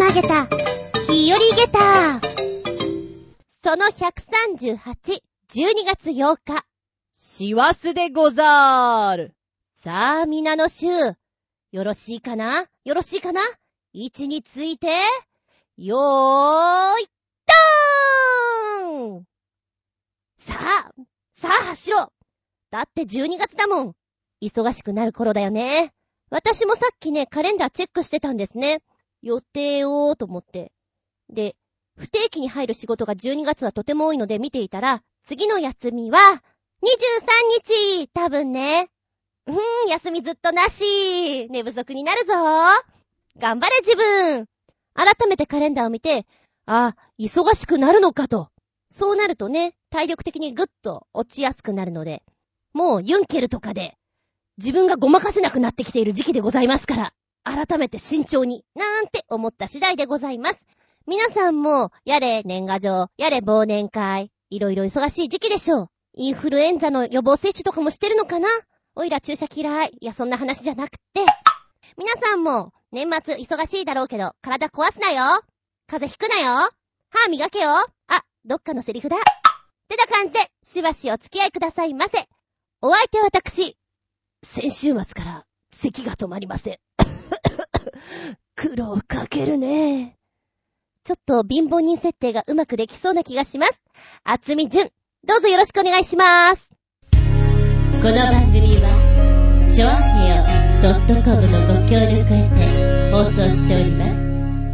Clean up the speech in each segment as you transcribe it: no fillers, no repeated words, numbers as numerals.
投げた日和ゲタその138、12月8日師走でござーる。さあ皆の衆、よろしいかなよろしいかな。位置についてよーいドーン。さあ走ろう。だって12月だもん。忙しくなる頃だよね。私もさっきね、カレンダーチェックしてたんですね。予定をと思って。で、不定期に入る仕事が12月はとても多いので見ていたら、次の休みは23日多分ね。休みずっとなし。寝不足になるぞ。頑張れ自分。改めてカレンダーを見て、忙しくなるのかと。そうなるとね、体力的にぐっと落ちやすくなるので、もうユンケルとかで自分がごまかせなくなってきている時期でございますから、改めて慎重になんて思った次第でございます。皆さんもやれ年賀状、やれ忘年会、いろいろ忙しい時期でしょう。インフルエンザの予防接種とかもしてるのかな。おいら注射嫌い。いやそんな話じゃなくて、皆さんも年末忙しいだろうけど体壊すなよ。風邪ひくなよ。歯磨けよ。どっかのセリフだ。ってな感じでしばしお付き合いくださいませ。お相手は私、先週末から咳が止まりません。苦労かけるね。ちょっと貧乏人設定がうまくできそうな気がします。あつみじゅん、どうぞよろしくお願いします。 この番組はちょあへよ .com のご協力を得て放送しております。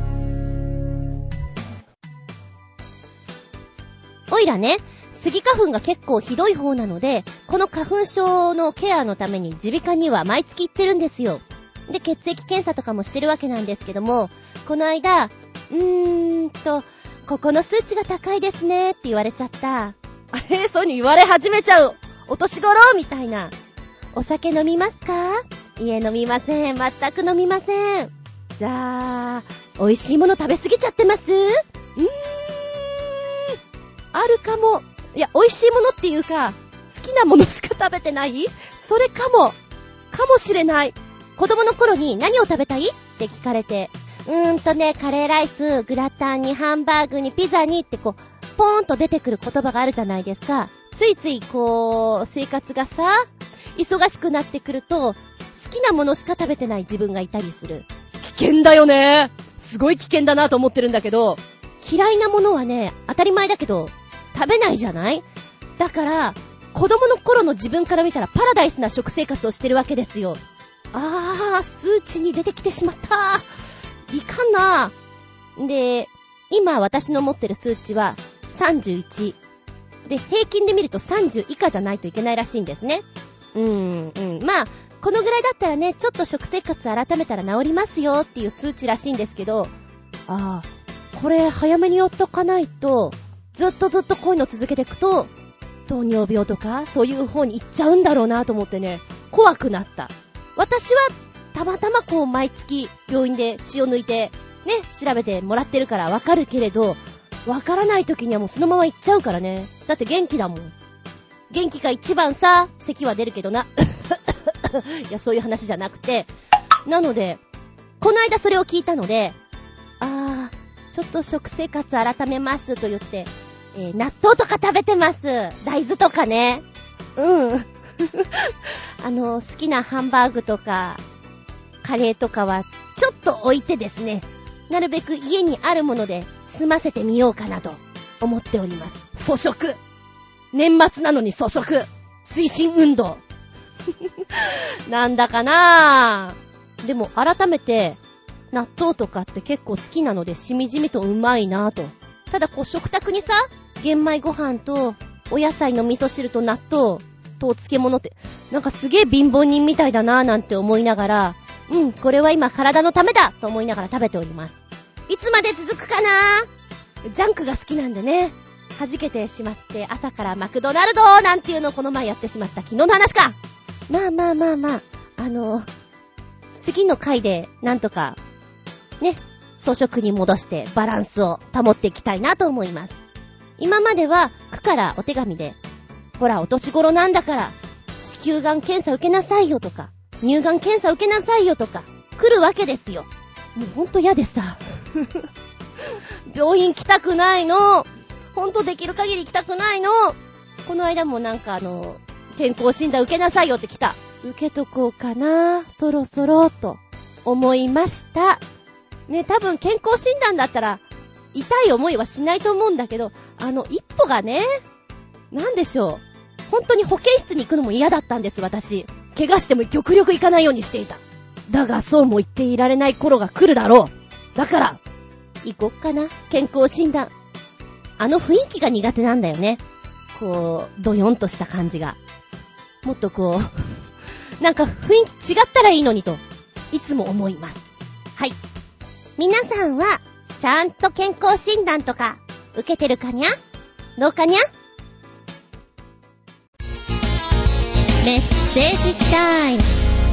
おいらね、スギ花粉が結構ひどい方なので、この花粉症のケアのために耳鼻科には毎月行ってるんですよ。で、血液検査とかもしてるわけなんですけども、この間、ここの数値が高いですねって言われちゃった。そういうに言われ始めちゃう。お年頃みたいな。お酒飲みますか？いえ飲みません。全く飲みません。じゃあ、美味しいもの食べ過ぎちゃってます？あるかも。いや、美味しいものっていうか、好きなものしか食べてない？それかもしれない。子供の頃に何を食べたい？って聞かれて、カレーライス、グラタンにハンバーグにピザにってポーンと出てくる言葉があるじゃないですか。ついつい生活がさ、忙しくなってくると、好きなものしか食べてない自分がいたりする。危険だよね。すごい危険だなと思ってるんだけど、嫌いなものはね、当たり前だけど、食べないじゃない？だから、子供の頃の自分から見たらパラダイスな食生活をしてるわけですよ。数値に出てきてしまった。いかんな。で、今私の持ってる数値は31。で、平均で見ると30以下じゃないといけないらしいんですね。まあ、このぐらいだったらね、ちょっと食生活改めたら治りますよっていう数値らしいんですけど、これ早めに寄っとかないと、ずっとこういうの続けていくと、糖尿病とかそういう方に行っちゃうんだろうなと思ってね、怖くなった。私はたまたま毎月病院で血を抜いてね、調べてもらってるからわかるけれど、わからない時にはもうそのまま行っちゃうからね。だって元気だもん。元気が一番さ、咳は出るけどな。いや、そういう話じゃなくて。なので、この間それを聞いたので、ちょっと食生活改めますと言って、納豆とか食べてます。大豆とかね。好きなハンバーグとか、カレーとかは、ちょっと置いてですね、なるべく家にあるもので済ませてみようかなと思っております。粗食。年末なのに粗食。推進運動。なんだかなぁ。でも改めて、納豆とかって結構好きなのでしみじみとうまいなぁと。ただ食卓にさ、玄米ご飯とお野菜の味噌汁と納豆とお漬物ってなんかすげえ貧乏人みたいだなぁなんて思いながら、これは今体のためだと思いながら食べております。いつまで続くかなぁ。ジャンクが好きなんでね、弾けてしまって朝からマクドナルドなんていうのをこの前やってしまった昨日の話か。まあ次の回でなんとかね、粗食に戻してバランスを保っていきたいなと思います。今までは区からお手紙で、ほらお年頃なんだから子宮がん検査受けなさいよとか、乳がん検査受けなさいよとか来るわけですよ。もうほんと嫌でさ、 病院来たくないの。ほんとできる限り来たくないの。この間もなんか健康診断受けなさいよって来た。受けとこうかな、そろそろと思いました。ね、多分健康診断だったら痛い思いはしないと思うんだけど、一歩がね、なんでしょう。本当に保健室に行くのも嫌だったんです、私。怪我しても極力行かないようにしていた。だがそうも言っていられない頃が来るだろう。だから、行こっかな、健康診断。雰囲気が苦手なんだよね。こう、ドヨンとした感じが。もっとこう、なんか雰囲気違ったらいいのにと、いつも思います。はい。皆さんは、ちゃんと健康診断とか、受けてるかにゃ？どうかにゃ？ メッセージタイム。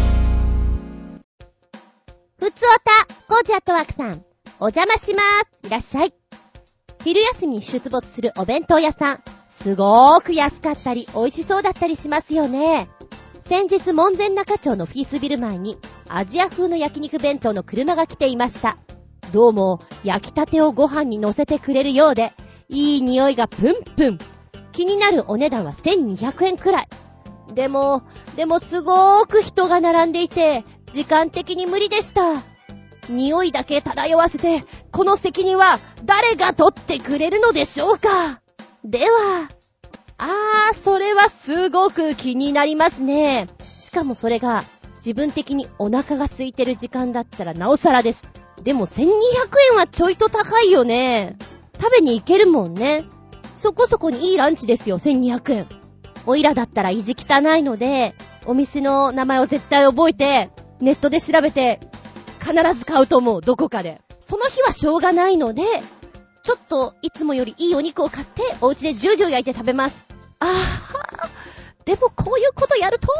ふつおた、コージアットワークさん、お邪魔します。いらっしゃい。昼休みに出没するお弁当屋さん、すごーく安かったり美味しそうだったりしますよね。先日門前仲町のオフィスビル前にアジア風の焼肉弁当の車が来ていました。どうも焼きたてをご飯に乗せてくれるようで、いい匂いがプンプン。気になるお値段は1200円くらい。でもすごーく人が並んでいて、時間的に無理でした。匂いだけ漂わせて、この責任は誰が取ってくれるのでしょうか。では、それはすごく気になりますね。しかもそれが自分的にお腹が空いてる時間だったらなおさらです。でも1200円はちょいと高いよね。食べに行けるもんね。そこそこにいいランチですよ、1200円。おいらだったら意地汚いので、お店の名前を絶対覚えて、ネットで調べて、必ず買うと思う、どこかで。その日はしょうがないので、ちょっといつもよりいいお肉を買って、お家でジュージュー焼いて食べます。でもこういうことやると、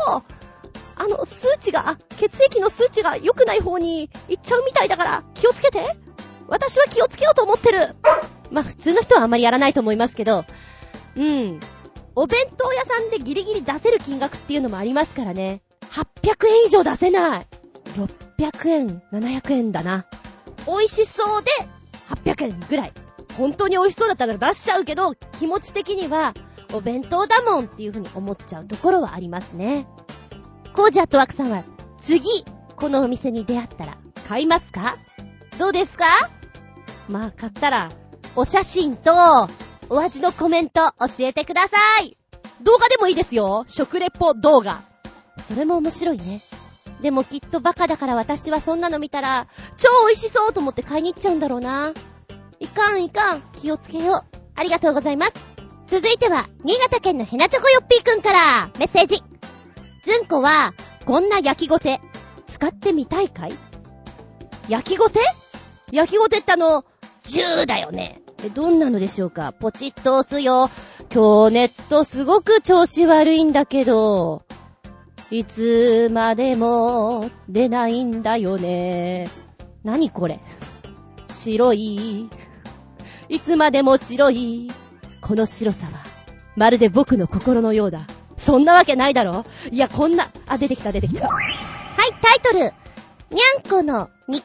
血液の数値が良くない方に行っちゃうみたいだから気をつけて。私は気をつけようと思ってる。まあ普通の人はあんまりやらないと思いますけど、お弁当屋さんでギリギリ出せる金額っていうのもありますからね。800円以上出せない。600円、700円だな。美味しそうで800円ぐらい。本当に美味しそうだったら出しちゃうけど、気持ち的にはお弁当だもんっていう風に思っちゃうところはありますね。コージアットワークさんは次このお店に出会ったら買いますか？どうですか？まあ買ったらお写真とお味のコメント教えてください。動画でもいいですよ。食レポ動画。それも面白いね。でもきっとバカだから私はそんなの見たら超美味しそうと思って買いに行っちゃうんだろうな。いかん気をつけよう。ありがとうございます。続いては新潟県のヘナチョコヨッピーくんからメッセージ。ずんこはこんな焼きごて使ってみたいかい？焼きごてって10だよね。どんなのでしょうか？ポチッと押すよ。今日ネットすごく調子悪いんだけど、いつまでも出ないんだよね。何これ？白い。いつまでも白い。この白さはまるで僕の心のようだ。そんなわけないだろ。いやこんな、出てきた。はい、タイトル。にゃんこの失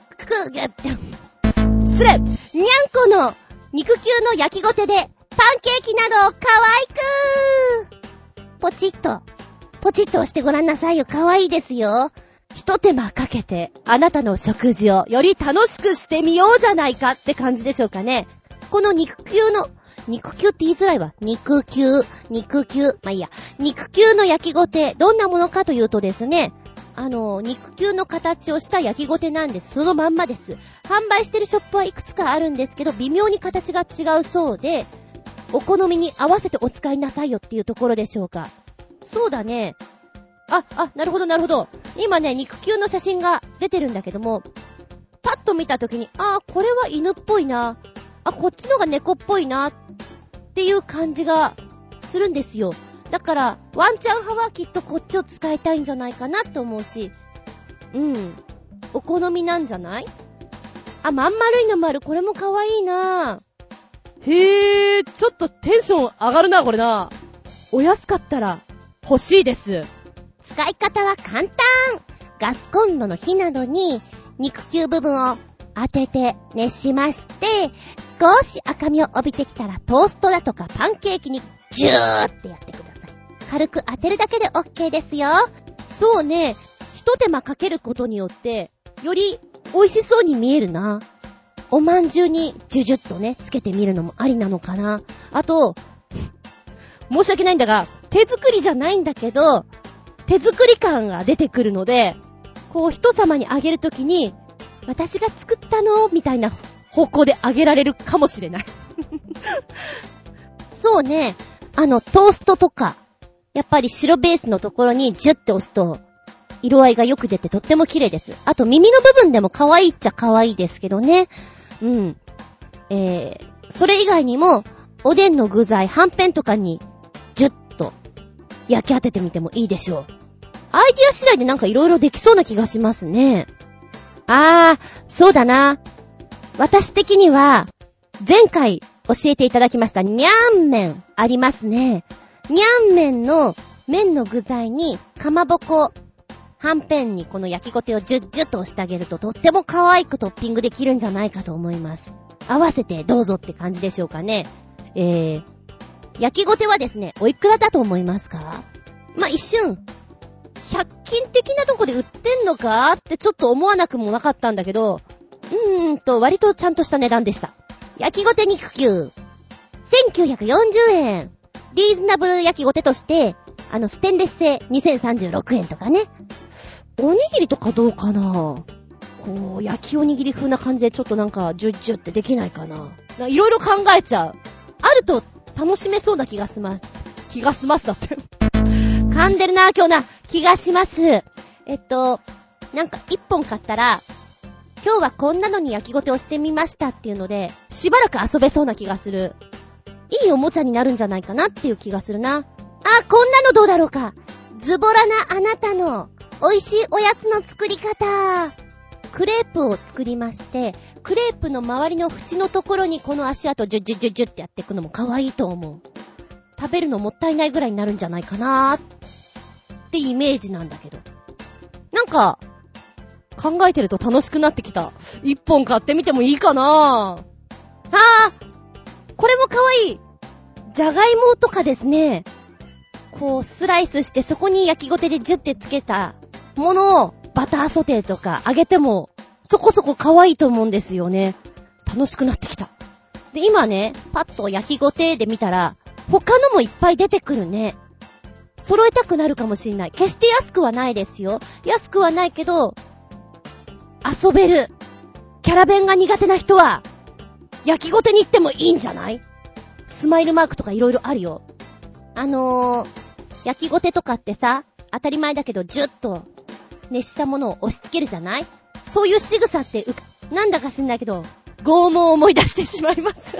礼。にゃんこの肉球の焼きごてでパンケーキなどを可愛くポチッと押してごらんなさいよ。可愛いですよ。一手間かけてあなたの食事をより楽しくしてみようじゃないかって感じでしょうかね。この肉球って言いづらいわ。肉球。まあいいや。肉球の焼きごて、どんなものかというとですね、肉球の形をした焼きごてなんです。そのまんまです。販売してるショップはいくつかあるんですけど、微妙に形が違うそうで、お好みに合わせてお使いなさいよっていうところでしょうか。そうだね。なるほど。今ね、肉球の写真が出てるんだけども、パッと見たときに、これは犬っぽいな。こっちのが猫っぽいな。っていう感じがするんですよ。だから、ワンちゃん派はきっとこっちを使いたいんじゃないかなと思うし、お好みなんじゃない？まん丸いのもある。これも可愛いな。へー、ちょっとテンション上がるな、これな。お安かったら欲しいです。使い方は簡単。ガスコンロの火などに肉球部分を当てて熱しまして、少し赤みを帯びてきたらトーストだとかパンケーキにギューってやってください。軽く当てるだけで OK ですよ。そうね、一手間かけることによってより美味しそうに見えるな。おまんじゅうにジュジュッとねつけてみるのもありなのかな。あと申し訳ないんだが、手作りじゃないんだけど手作り感が出てくるので、こう人様にあげるときに私が作ったのみたいな方向であげられるかもしれないそうね、トーストとかやっぱり白ベースのところにジュッて押すと色合いがよく出てとっても綺麗です。あと耳の部分でも可愛いっちゃ可愛いですけどね。うん。それ以外にもおでんの具材はんぺんとかにジュッと焼き当ててみてもいいでしょう。アイディア次第でなんか色々できそうな気がしますね。そうだな。私的には前回教えていただきましたニャン麺ありますね。ニャン麺の麺の具材にかまぼこ、はんぺんにこの焼きごてをジュッジュッと押してあげるととっても可愛くトッピングできるんじゃないかと思います。合わせてどうぞって感じでしょうかね。焼きごてはですね、おいくらだと思いますか？一瞬100均的なとこで売ってんのかってちょっと思わなくもなかったんだけど、割とちゃんとした値段でした。焼きごて肉球1940円。リーズナブル焼きごてとしてステンレス製2036円とかね。おにぎりとかどうかな。こう焼きおにぎり風な感じでちょっとなんかジュッジュってできないかな。いろいろ考えちゃう。あると楽しめそうな気がします。気がしますだって噛んでるな今日な気がします。なんか1本買ったら今日はこんなのに焼きごてをしてみましたっていうのでしばらく遊べそうな気がする。いいおもちゃになるんじゃないかなっていう気がするな。こんなのどうだろうか。ズボラなあなたの美味しいおやつの作り方。クレープを作りまして、クレープの周りの縁のところにこの足跡ジュッジュッジュッジュッってやっていくのも可愛いと思う。食べるのもったいないぐらいになるんじゃないかなってイメージなんだけど。なんか考えてると楽しくなってきた。一本買ってみてもいいかな。これも可愛い。じゃがいもとかですね。こうスライスしてそこに焼きごてでジュッてつけたものをバターソテーとか揚げてもそこそこ可愛いと思うんですよね。楽しくなってきた。で今ねパッと焼きごてで見たら他のもいっぱい出てくるね。揃えたくなるかもしれない。決して安くはないですよ。安くはないけど遊べる。キャラ弁が苦手な人は焼きごてに行ってもいいんじゃない？スマイルマークとかいろいろあるよ。焼きごてとかってさ、当たり前だけどジュッと熱したものを押し付けるじゃない？そういう仕草ってなんだか知んないけど拷問を思い出してしまいます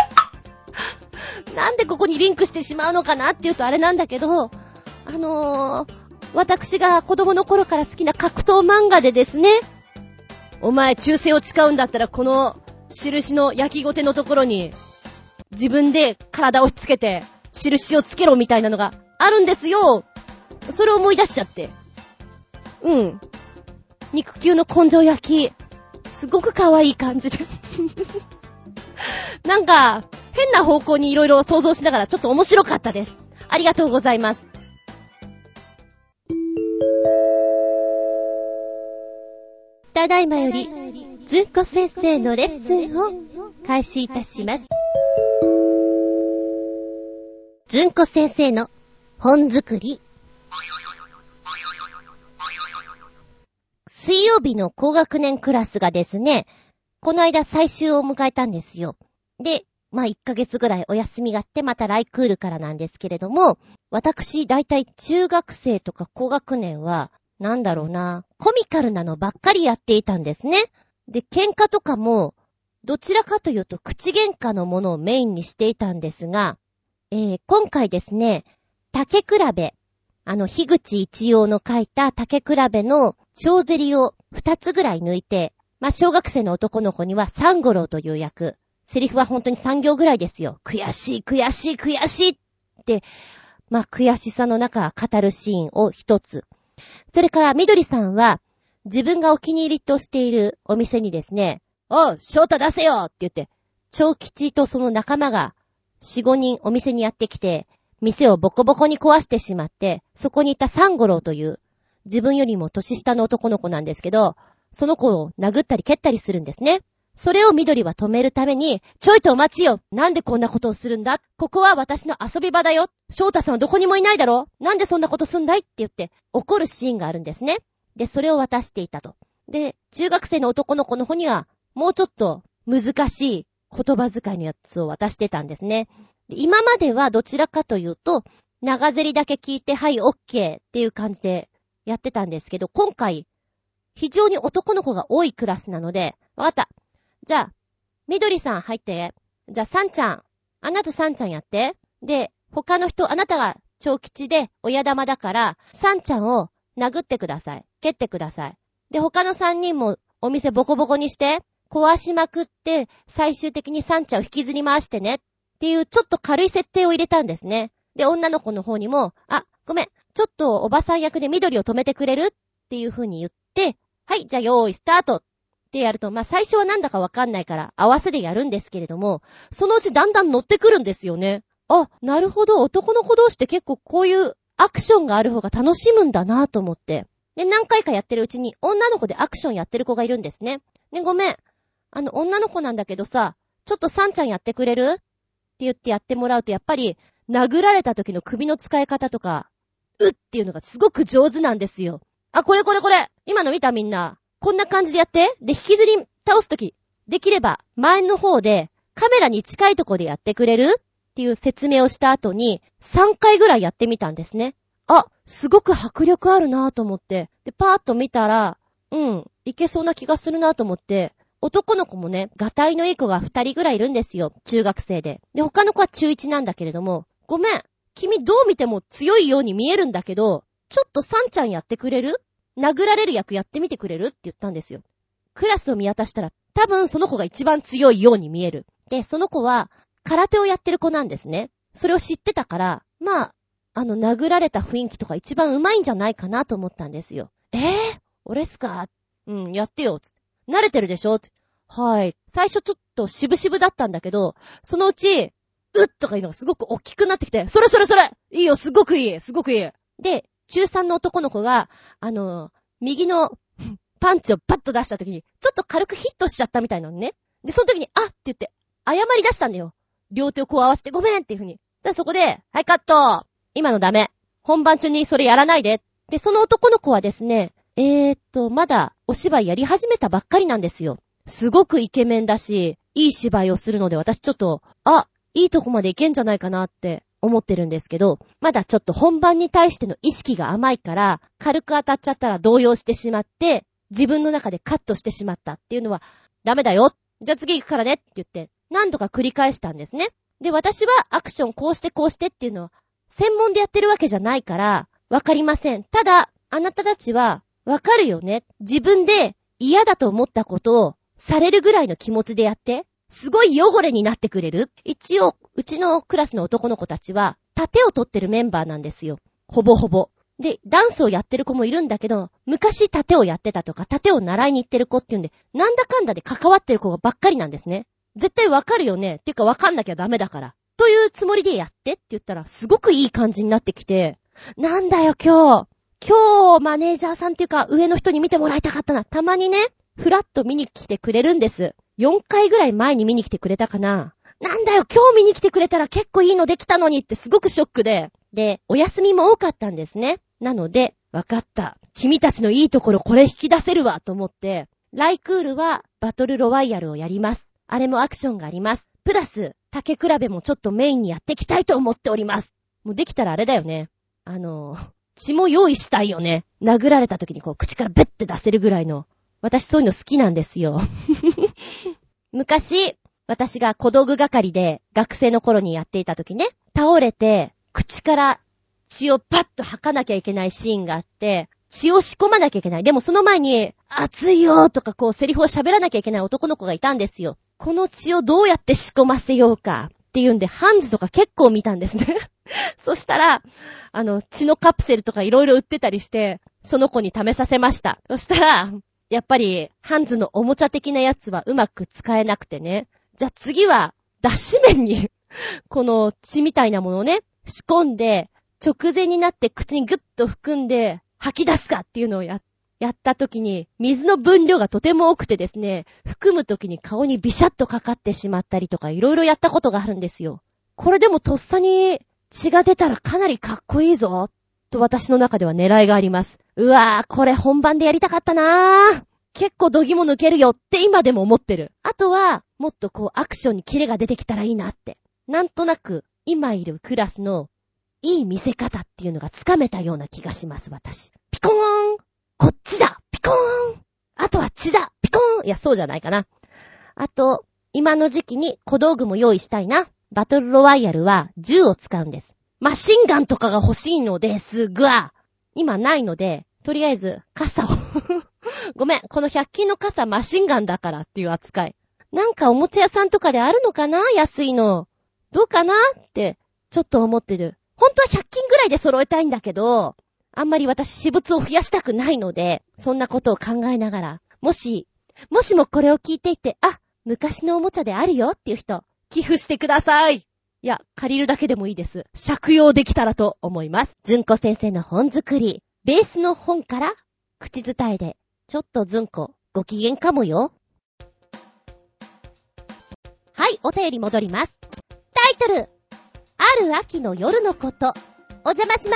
なんでここにリンクしてしまうのかなっていうとあれなんだけど、私が子供の頃から好きな格闘漫画でですね、お前忠誠を誓うんだったらこの印の焼きごてのところに自分で体を押し付けて印をつけろみたいなのがあるんですよ。それを思い出しちゃって。肉球の根性焼きすごく可愛い感じでなんか変な方向にいろいろ想像しながらちょっと面白かったです。ありがとうございます。ただいまよりずんこ先生のレッスンを開始いたします。ずんこ先生の本作り。水曜日の高学年クラスがですね、この間最終を迎えたんですよ。で、1ヶ月ぐらいお休みがあってまた来クールからなんですけれども、私だいたい中学生とか高学年はコミカルなのばっかりやっていたんですね。で、喧嘩とかもどちらかというと口喧嘩のものをメインにしていたんですが、今回ですね、竹比べ、樋口一葉の書いた竹比べの小ゼリを2つぐらい抜いて、小学生の男の子には三五郎という役、セリフは本当に3行ぐらいですよ。悔しい悔しい悔しいって、悔しさの中語るシーンを1つ。それからみどりさんは自分がお気に入りとしているお店にですね、 おう、翔太出せよって言って、長吉とその仲間が4、5人お店にやってきて、店をボコボコに壊してしまって、そこにいた三五郎という、自分よりも年下の男の子なんですけど、その子を殴ったり蹴ったりするんですね。それを緑は止めるために、ちょいとお待ちよ。なんでこんなことをするんだ？ここは私の遊び場だよ。翔太さんはどこにもいないだろ？なんでそんなことすんだい？って言って怒るシーンがあるんですね。で、それを渡していたと。で、中学生の男の子の方には、もうちょっと難しい言葉遣いのやつを渡してたんですね。で、今まではどちらかというと、長ゼリだけ聞いて、はい、オッケーっていう感じでやってたんですけど、今回、非常に男の子が多いクラスなので、わかった。じゃあ、みどりさん入って。じゃあ、さんちゃん。あなたさんちゃんやって。で、他の人、あなたが長吉で親玉だから、さんちゃんを殴ってください。蹴ってください。で、他の3人もお店ボコボコにして、壊しまくって、最終的にさんちゃんを引きずり回してね。っていうちょっと軽い設定を入れたんですね。で、女の子の方にも、あ、ごめん、ちょっとおばさん役で緑を止めてくれるっていう風に言って、はい、じゃあ用意スタートってやると、まあ最初はなんだかわかんないから合わせでやるんですけれども、そのうちだんだん乗ってくるんですよね。あ、なるほど、男の子同士って結構こういうアクションがある方が楽しむんだなと思って。で、何回かやってるうちに女の子でアクションやってる子がいるんですね。ね、ごめん。女の子なんだけどさ、ちょっとさんちゃんやってくれる？って言ってやってもらうと、やっぱり殴られた時の首の使い方とか、っていうのがすごく上手なんですよ。あ、これ。今の見たみんな。こんな感じでやって。で、引きずり倒すとき、できれば前の方でカメラに近いところでやってくれる？っていう説明をした後に3回ぐらいやってみたんですね。あ、すごく迫力あるなぁと思って。で、パーッと見たら、いけそうな気がするなぁと思って、男の子もね、がたいのいい子が2人ぐらいいるんですよ。中学生で。で、他の子は中1なんだけれども、ごめん。君どう見ても強いように見えるんだけど、ちょっとさんちゃんやってくれる？殴られる役やってみてくれる？って言ったんですよ。クラスを見渡したら、多分その子が一番強いように見える。で、その子は、空手をやってる子なんですね。それを知ってたから、まあ、殴られた雰囲気とか一番上手いんじゃないかなと思ったんですよ。俺っすか？やってよ。つって。慣れてるでしょ？はい。最初ちょっと渋々だったんだけど、そのうち、とかいうのがすごく大きくなってきて、それいいよ、すごくいい。で、中3の男の子が、右のパンチをパッと出した時に、ちょっと軽くヒットしちゃったみたいなのね。で、その時に、って言って、謝り出したんだよ。両手をこう合わせて、ごめんっていう風に。で、そこで、はい、カット。今のダメ。本番中にそれやらないで。で、その男の子はですね、まだお芝居やり始めたばっかりなんですよ。すごくイケメンだし、いい芝居をするので、私ちょっと、いいとこまでいけんじゃないかなって思ってるんですけど、まだちょっと本番に対しての意識が甘いから、軽く当たっちゃったら動揺してしまって、自分の中でカットしてしまったっていうのは、ダメだよ。じゃあ次行くからねって言って、何度か繰り返したんですね。で、私はアクションこうしてっていうのは、専門でやってるわけじゃないから、わかりません。ただ、あなたたちは、わかるよね。自分で嫌だと思ったことを、されるぐらいの気持ちでやって、すごい汚れになってくれる。一応、うちのクラスの男の子たちは、盾を取ってるメンバーなんですよ。ほぼほぼ。で、ダンスをやってる子もいるんだけど、昔盾をやってたとか、盾を習いに行ってる子っていうんで、なんだかんだで関わってる子ばっかりなんですね。絶対わかるよね。っていうかわかんなきゃダメだから。というつもりでやってって言ったら、すごくいい感じになってきて、なんだよ今日マネージャーさんっていうか、上の人に見てもらいたかったな。たまにね、フラッと見に来てくれるんです。4回ぐらい前に見に来てくれたかな。なんだよ今日見に来てくれたら結構いいのできたのにってすごくショックで。で、お休みも多かったんですね。なので、わかった。君たちのいいところこれ引き出せるわと思って、ライクールはバトルロワイヤルをやります。あれもアクションがあります。プラス、竹比べもちょっとメインにやっていきたいと思っております。もうできたらあれだよね。血も用意したいよね。殴られた時にこう口からベッて出せるぐらいの。私そういうの好きなんですよ。昔、私が小道具係で学生の頃にやっていた時ね、倒れて口から血をパッと吐かなきゃいけないシーンがあって、血を仕込まなきゃいけない。でもその前に、熱いよとかこうセリフを喋らなきゃいけない男の子がいたんですよ。この血をどうやって仕込ませようかっていうんで、ハンズとか結構見たんですね。そしたら、血のカプセルとかいろいろ売ってたりして、その子に試させました。そしたら、 やっぱりハンズのおもちゃ的なやつはうまく使えなくてね。じゃあ次は脱脂麺にこの血みたいなものをね、仕込んで直前になって口にグッと含んで吐き出すかっていうのをやった時に水の分量がとても多くてですね、含む時に顔にビシャッとかかってしまったりとかいろいろやったことがあるんですよ。これでもとっさに血が出たらかなりかっこいいぞと私の中では狙いがあります。うわー、これ本番でやりたかったなー。結構度肝抜けるよって今でも思ってる。あとはもっとこうアクションにキレが出てきたらいいなって。なんとなく今いるクラスのいい見せ方っていうのがつかめたような気がします、私。ピコーン、こっちだ、ピコーン、あとは血だ、ピコーン。いや、そうじゃないかな。あと今の時期に小道具も用意したいな。バトルロワイヤルは銃を使うんです。マシンガンとかが欲しいのですが、今ないので、とりあえず傘をごめん、この100均の傘マシンガンだからっていう扱い。なんかおもちゃ屋さんとかであるのかな、安いの。どうかなってちょっと思ってる。本当は100均ぐらいで揃えたいんだけど、あんまり私私物を増やしたくないので、そんなことを考えながら、もしもこれを聞いていて、あ、昔のおもちゃであるよっていう人、寄付してください。いや、借りるだけでもいいです。借用できたらと思います。ずんこ先生の本作り、ベースの本から口伝えで、ちょっとずんこご機嫌かもよ。はい、お便り戻ります。タイトル、ある秋の夜のこと。お邪魔します。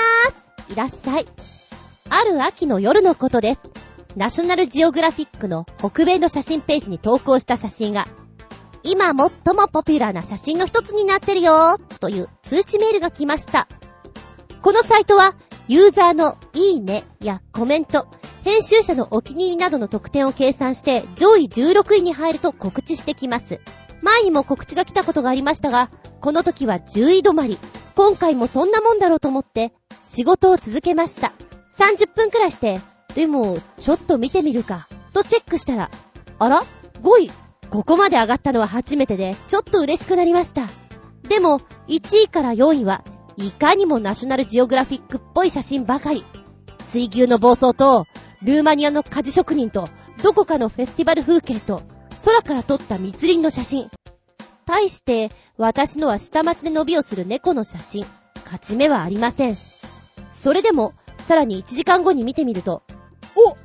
いらっしゃい。ある秋の夜のことです。ナショナルジオグラフィックの北米の写真ページに投稿した写真が、今最もポピュラーな写真の一つになってるよという通知メールが来ました。このサイトはユーザーのいいねやコメント、編集者のお気に入りなどの得点を計算して上位16位に入ると告知してきます。前にも告知が来たことがありましたが、この時は10位止まり。今回もそんなもんだろうと思って仕事を続けました。30分くらいして、でもちょっと見てみるかとチェックしたら、あら ?5 位。ここまで上がったのは初めてでちょっと嬉しくなりました。でも1位から4位はいかにもナショナルジオグラフィックっぽい写真ばかり。水牛の暴走とルーマニアの鍛冶職人とどこかのフェスティバル風景と空から撮った密林の写真。対して私のは下町で伸びをする猫の写真。勝ち目はありません。それでもさらに1時間後に見てみると、お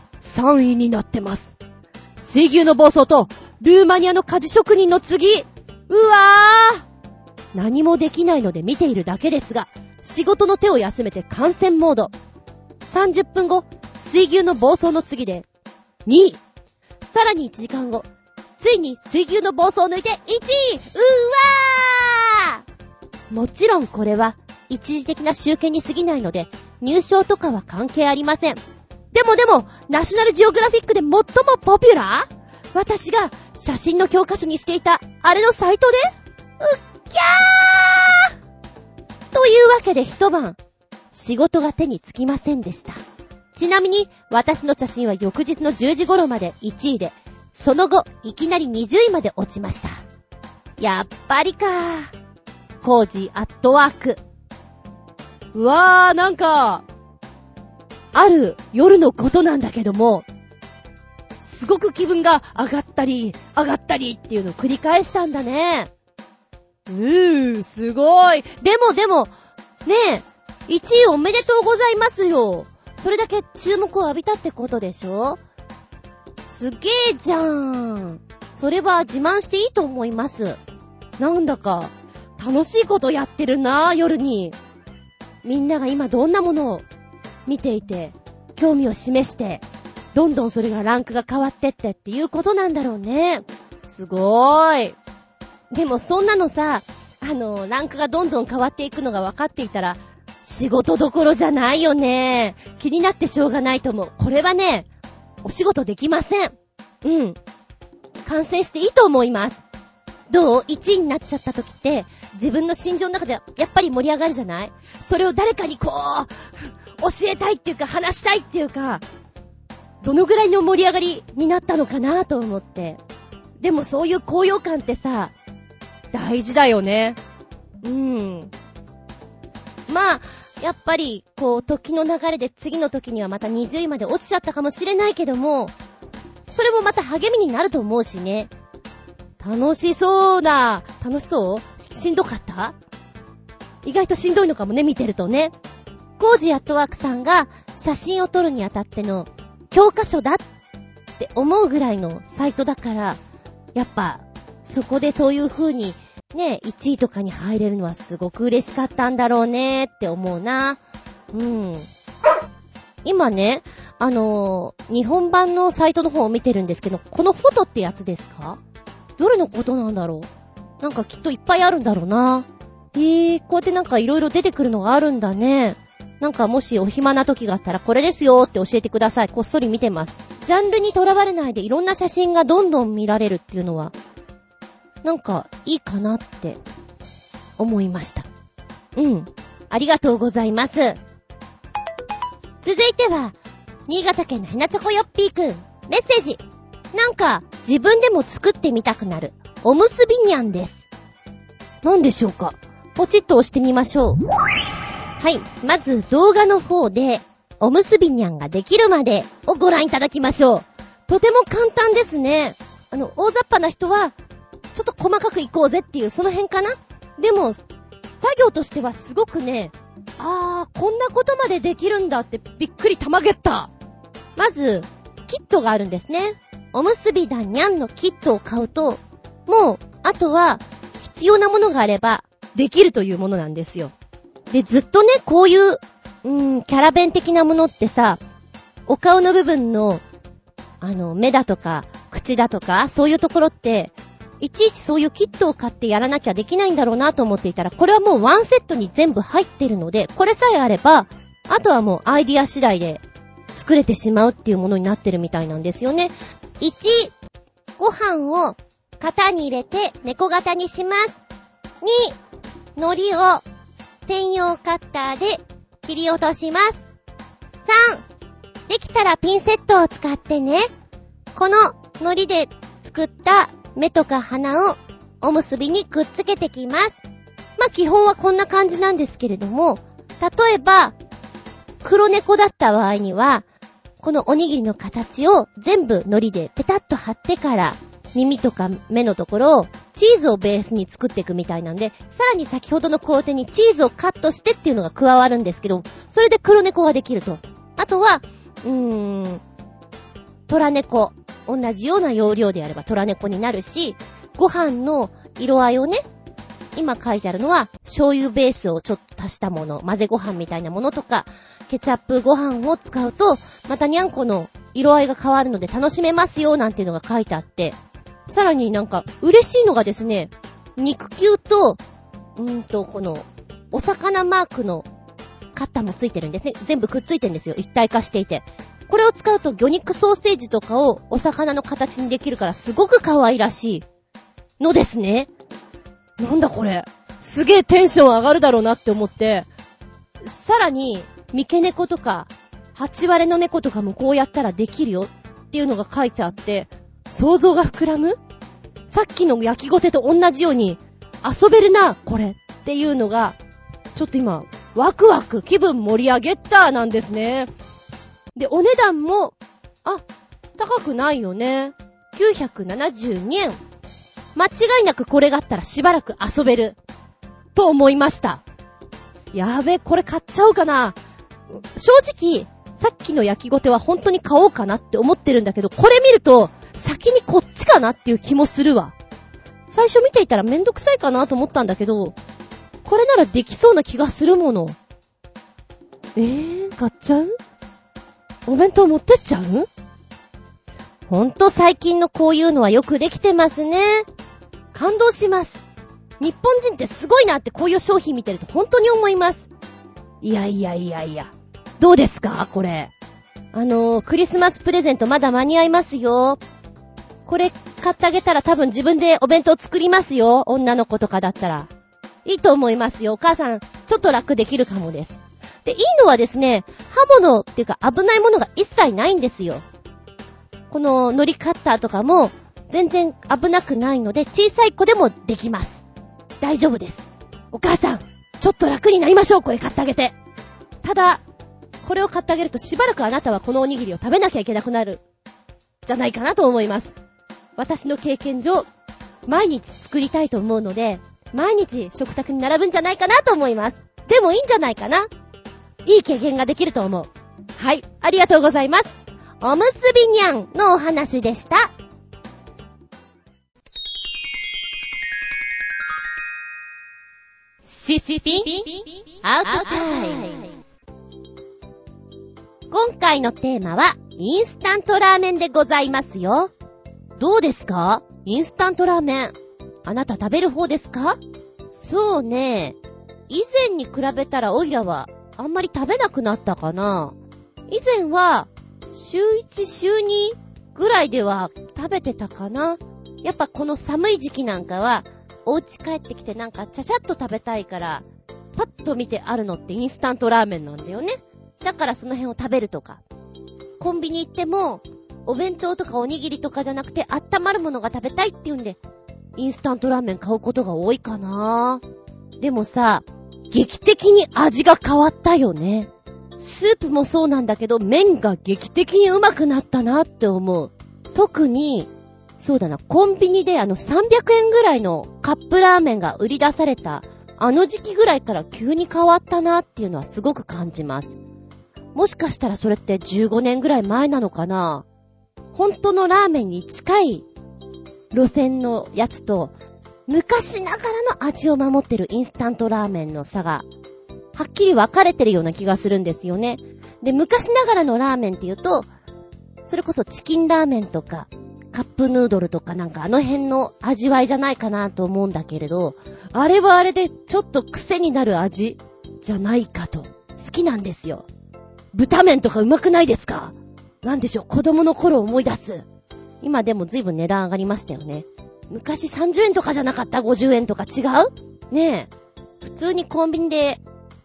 !3 位になってます。水牛の暴走とルーマニアの鍛冶職人の次。うわー、何もできないので見ているだけですが、仕事の手を休めて観戦モード。30分後、水牛の暴走の次で2位。さらに1時間後、ついに水牛の暴走を抜いて1位。うわー、もちろんこれは一時的な集計に過ぎないので入賞とかは関係ありません。でもナショナルジオグラフィックで最もポピュラー、私が写真の教科書にしていたあれのサイトで、うっきゃーというわけで一晩仕事が手につきませんでした。ちなみに私の写真は翌日の10時頃まで1位で、その後いきなり20位まで落ちました。やっぱりか。コージーアットワーク。うわー、なんかある夜のことなんだけども、すごく気分が上がったりっていうのを繰り返したんだね。すごい。でもねえ、1位おめでとうございますよ。それだけ注目を浴びたってことでしょ。すげえじゃん。それは自慢していいと思います。なんだか楽しいことやってるな、夜に。みんなが今どんなものを見ていて興味を示して、どんどんそれがランクが変わってっていうことなんだろうね。すごーい。でもそんなのさ、ランクがどんどん変わっていくのが分かっていたら仕事どころじゃないよね。気になってしょうがないと思う。これはね、お仕事できません。観戦していいと思います。どう ?1 位になっちゃった時って自分の心情の中でやっぱり盛り上がるじゃない？それを誰かにこう教えたいっていうか話したいっていうか、どのぐらいの盛り上がりになったのかなと思って。でもそういう高揚感ってさ、大事だよね。まあやっぱりこう時の流れで次の時にはまた20位まで落ちちゃったかもしれないけども、 それもまた励みになると思うしね。楽しそう？しんどかった？意外としんどいのかもね、見てるとね。コージアットワークさんが写真を撮るにあたっての教科書だって思うぐらいのサイトだから、やっぱそこでそういう風にね、1位とかに入れるのはすごく嬉しかったんだろうねって思うな。今ね、日本版のサイトの方を見てるんですけど、このフォトってやつですか？どれのことなんだろう？なんかきっといっぱいあるんだろうな。こうやってなんかいろいろ出てくるのがあるんだね。なんかもしお暇な時があったらこれですよって教えてください。こっそり見てます。ジャンルにとらわれないでいろんな写真がどんどん見られるっていうのは、なんかいいかなって思いました。ありがとうございます。続いては、新潟県のヘナチョコヨッピーくん。メッセージ。なんか自分でも作ってみたくなるおむすびにゃんです。なんでしょうか？ポチッと押してみましょう。はい。まず動画の方でおむすびにゃんができるまでをご覧いただきましょう。とても簡単ですね。大雑把な人はちょっと細かくいこうぜっていうその辺かな。でも作業としてはすごくね、こんなことまでできるんだってびっくりたまげった。まずキットがあるんですね。おむすびだにゃんのキットを買うと、もうあとは必要なものがあればできるというものなんですよ。で、ずっとね、こういうキャラ弁的なものってさ、お顔の部分の目だとか口だとかそういうところっていちいちそういうキットを買ってやらなきゃできないんだろうなと思っていたら、これはもうワンセットに全部入ってるので、これさえあればあとはもうアイディア次第で作れてしまうっていうものになってるみたいなんですよね。1、ご飯を型に入れて猫型にします。2、海苔を専用カッターで切り落とします。3、できたらピンセットを使ってね、この海苔で作った目とか鼻をおむすびにくっつけてきます。まあ基本はこんな感じなんですけれども、例えば黒猫だった場合には、このおにぎりの形を全部海苔でペタッと貼ってから耳とか目のところをチーズをベースに作っていくみたいなんで、さらに先ほどの工程にチーズをカットしてっていうのが加わるんですけど、それで黒猫ができると。あとは虎猫、同じような要領であれば虎猫になるし、ご飯の色合いをね、今書いてあるのは醤油ベースをちょっと足したもの、混ぜご飯みたいなものとか、ケチャップご飯を使うとまたにゃんこの色合いが変わるので楽しめますよなんていうのが書いてあって、さらになんか嬉しいのがですね、肉球とこのお魚マークのカッターもついてるんですね。全部くっついてるんですよ、一体化していて。これを使うと魚肉ソーセージとかをお魚の形にできるからすごく可愛らしいのですね。なんだこれ、すげえテンション上がるだろうなって思って、さらに三毛猫とか8割の猫とかもこうやったらできるよっていうのが書いてあって、想像が膨らむ。さっきの焼きごてと同じように遊べるなこれっていうのがちょっと今ワクワク気分盛り上げたなんですね。で、お値段も高くないよね。972円。間違いなくこれがあったらしばらく遊べると思いました。やべ、これ買っちゃおうかな。正直さっきの焼きごては本当に買おうかなって思ってるんだけど、これ見ると先にこっちかなっていう気もするわ。最初見ていたらめんどくさいかなと思ったんだけど、これならできそうな気がするもの。買っちゃう？お弁当持ってっちゃう？ほんと最近のこういうのはよくできてますね。感動します。日本人ってすごいなってこういう商品見てると本当に思います。いや。どうですかこれ。クリスマスプレゼントまだ間に合いますよ。これ買ってあげたら多分自分でお弁当作りますよ。女の子とかだったら。いいと思いますよ。お母さん、ちょっと楽できるかもです。で、いいのはですね、刃物っていうか危ないものが一切ないんですよ。この海苔カッターとかも全然危なくないので、小さい子でもできます。大丈夫です。お母さん、ちょっと楽になりましょう。これ買ってあげて。ただ、これを買ってあげるとしばらくあなたはこのおにぎりを食べなきゃいけなくなる。 じゃないかなと思います。私の経験上、毎日作りたいと思うので、毎日食卓に並ぶんじゃないかなと思います。でもいいんじゃないかな。いい経験ができると思う。はい、ありがとうございます。おむすびにゃんのお話でした。 シスピンアウトタイム。 今回のテーマはインスタントラーメンでございますよ。どうですか？インスタントラーメン。あなた食べる方ですか？そうね。以前に比べたらオイラはあんまり食べなくなったかな。以前は週1、週2ぐらいでは食べてたかな。やっぱこの寒い時期なんかはお家帰ってきてなんかちゃちゃっと食べたいから、パッと見てあるのってインスタントラーメンなんだよね。だからその辺を食べるとか。コンビニ行ってもお弁当とかおにぎりとかじゃなくて温まるものが食べたいっていうんでインスタントラーメン買うことが多いかな。でもさ、劇的に味が変わったよね。スープもそうなんだけど麺が劇的にうまくなったなって思う。特にそうだな、コンビニで300円ぐらいのカップラーメンが売り出されたあの時期ぐらいから急に変わったなっていうのはすごく感じます。もしかしたらそれって15年ぐらい前なのかな。本当のラーメンに近い路線のやつと昔ながらの味を守ってるインスタントラーメンの差がはっきり分かれてるような気がするんですよね。で、昔ながらのラーメンっていうとそれこそチキンラーメンとかカップヌードルとかなんかあの辺の味わいじゃないかなと思うんだけれど、あれはあれでちょっと癖になる味じゃないかと。好きなんですよ。豚麺とかうまくないですか？なんでしょう、子供の頃思い出す。今でも随分値段上がりましたよね。昔30円とかじゃなかった？ 50 円とか違う？ねえ。普通にコンビニで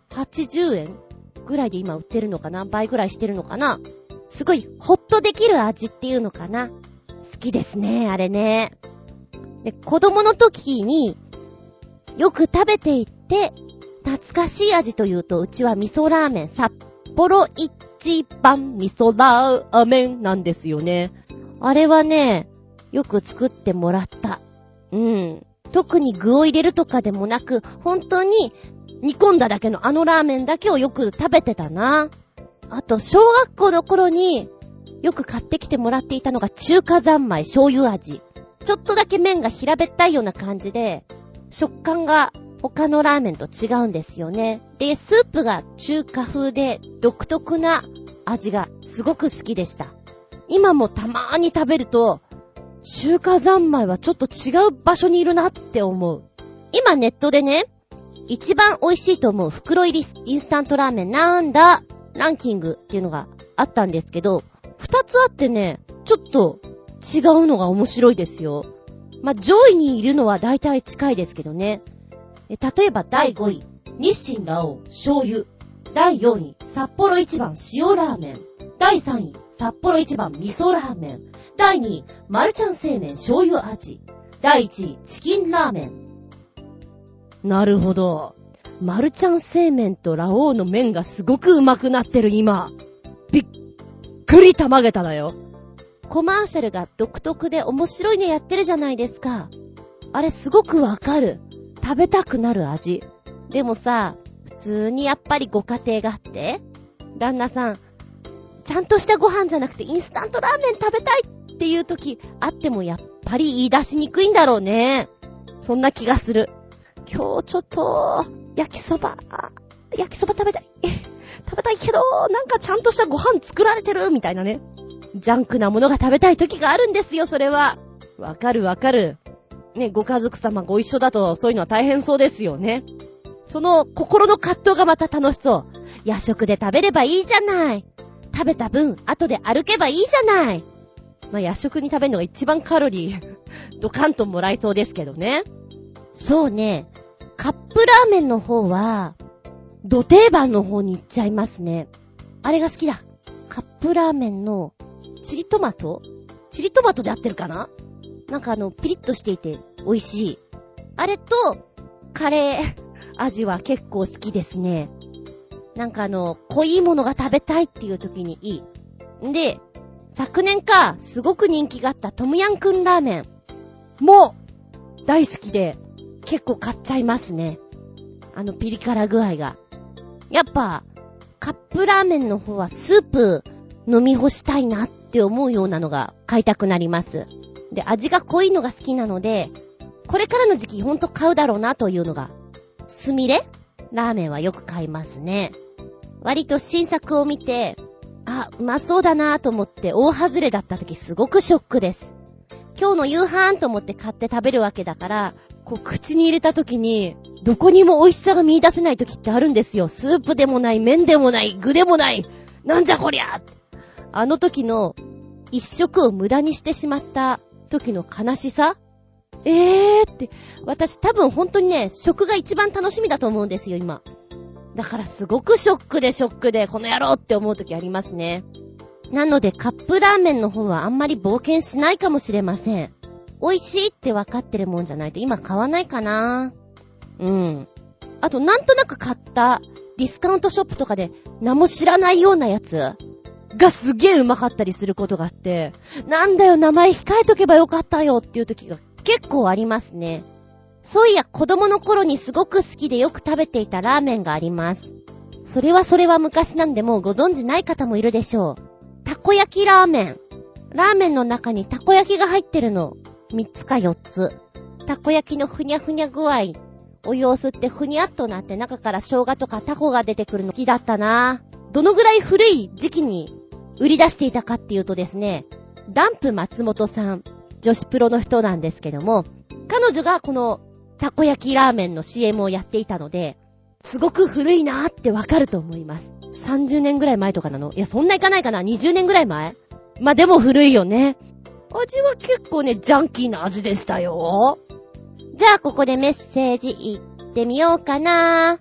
80円ぐらいで今売ってるのかな？倍ぐらいしてるのかな？すごいホッとできる味っていうのかな？好きですね、あれね。で、子供の時によく食べていて懐かしい味というと、うちは味噌ラーメン、札幌一番味噌ラーメンなんですよね。あれはね、よく作ってもらった。特に具を入れるとかでもなく、本当に煮込んだだけのあのラーメンだけをよく食べてたな。あと、小学校の頃によく買ってきてもらっていたのが中華三昧醤油味。ちょっとだけ麺が平べったいような感じで、食感が他のラーメンと違うんですよね。で、スープが中華風で独特な味がすごく好きでした。今もたまーに食べると、中華三昧はちょっと違う場所にいるなって思う。今ネットでね、一番美味しいと思う袋入りインスタントラーメンなんだランキングっていうのがあったんですけど、二つあってね、ちょっと違うのが面白いですよ。上位にいるのは大体近いですけどね。例えば第5位、日清ラオウ醤油。第4位、札幌一番塩ラーメン。第3位、札幌一番味噌ラーメン。第2位、マルちゃん製麺醤油味。第1位、チキンラーメン。なるほど。マルちゃん製麺とラオウの麺がすごくうまくなってる今。びっくりたまげただよ。コマーシャルが独特で面白いねやってるじゃないですか。あれすごくわかる。食べたくなる味。でもさ、普通にやっぱりご家庭があって、旦那さん、ちゃんとしたご飯じゃなくてインスタントラーメン食べたいっていう時あってもやっぱり言い出しにくいんだろうね。そんな気がする。今日ちょっと焼きそば食べたい食べたいけどなんかちゃんとしたご飯作られてるみたいなね、ジャンクなものが食べたい時があるんですよ。それはわかるね。ご家族様ご一緒だとそういうのは大変そうですよね。その心の葛藤がまた楽しそう。夜食で食べればいいじゃない。食べた分後で歩けばいいじゃない。夜食に食べるのが一番カロリードカンともらえそうですけどね。そうね、カップラーメンの方はド定番の方に行っちゃいますね。あれが好きだ。カップラーメンのチリトマトで合ってるかな。なんかピリッとしていて美味しい。あれとカレー味は結構好きですね。なんか濃いものが食べたいっていう時にいい。で、 昨年か、すごく人気があったトムヤンクンラーメンも大好きで結構買っちゃいますね。ピリ辛具合が。やっぱカップラーメンの方はスープ飲み干したいなって思うようなのが買いたくなります。で、味が濃いのが好きなので、これからの時期ほんと買うだろうなというのが、スミレラーメンはよく買いますね。割と新作を見て、うまそうだなと思って大外れだった時すごくショックです。今日の夕飯と思って買って食べるわけだから、口に入れた時にどこにも美味しさが見出せない時ってあるんですよ。スープでもない、麺でもない、具でもない、なんじゃこりゃ。あの時の一食を無駄にしてしまった時の悲しさ、って私多分本当にね、食が一番楽しみだと思うんですよ今。だからすごくショックでこの野郎って思う時ありますね。なのでカップラーメンの方はあんまり冒険しないかもしれません。美味しいって分かってるもんじゃないと今買わないかな。あとなんとなく買ったディスカウントショップとかで名も知らないようなやつがすげえうまかったりすることがあって、なんだよ名前控えとけばよかったよっていう時が結構ありますね。そういや子供の頃にすごく好きでよく食べていたラーメンがあります。それは昔なんでもうご存知ない方もいるでしょう。たこ焼きラーメン。ラーメンの中にたこ焼きが入ってるの。3つか4つ。たこ焼きのふにゃふにゃ具合。お湯を吸ってふにゃっとなって中から生姜とかタコが出てくるの好きだったな。どのぐらい古い時期に売り出していたかっていうとですね、ダンプ松本さん、女子プロの人なんですけども、彼女がこのたこ焼きラーメンの CM をやっていたので、すごく古いなーってわかると思います。30年ぐらい前とかなの？いや、そんないかないかな？ 20 年ぐらい前？まあ、でも古いよね。味は結構ね、ジャンキーな味でしたよ。じゃあ、ここでメッセージいってみようかな。はい、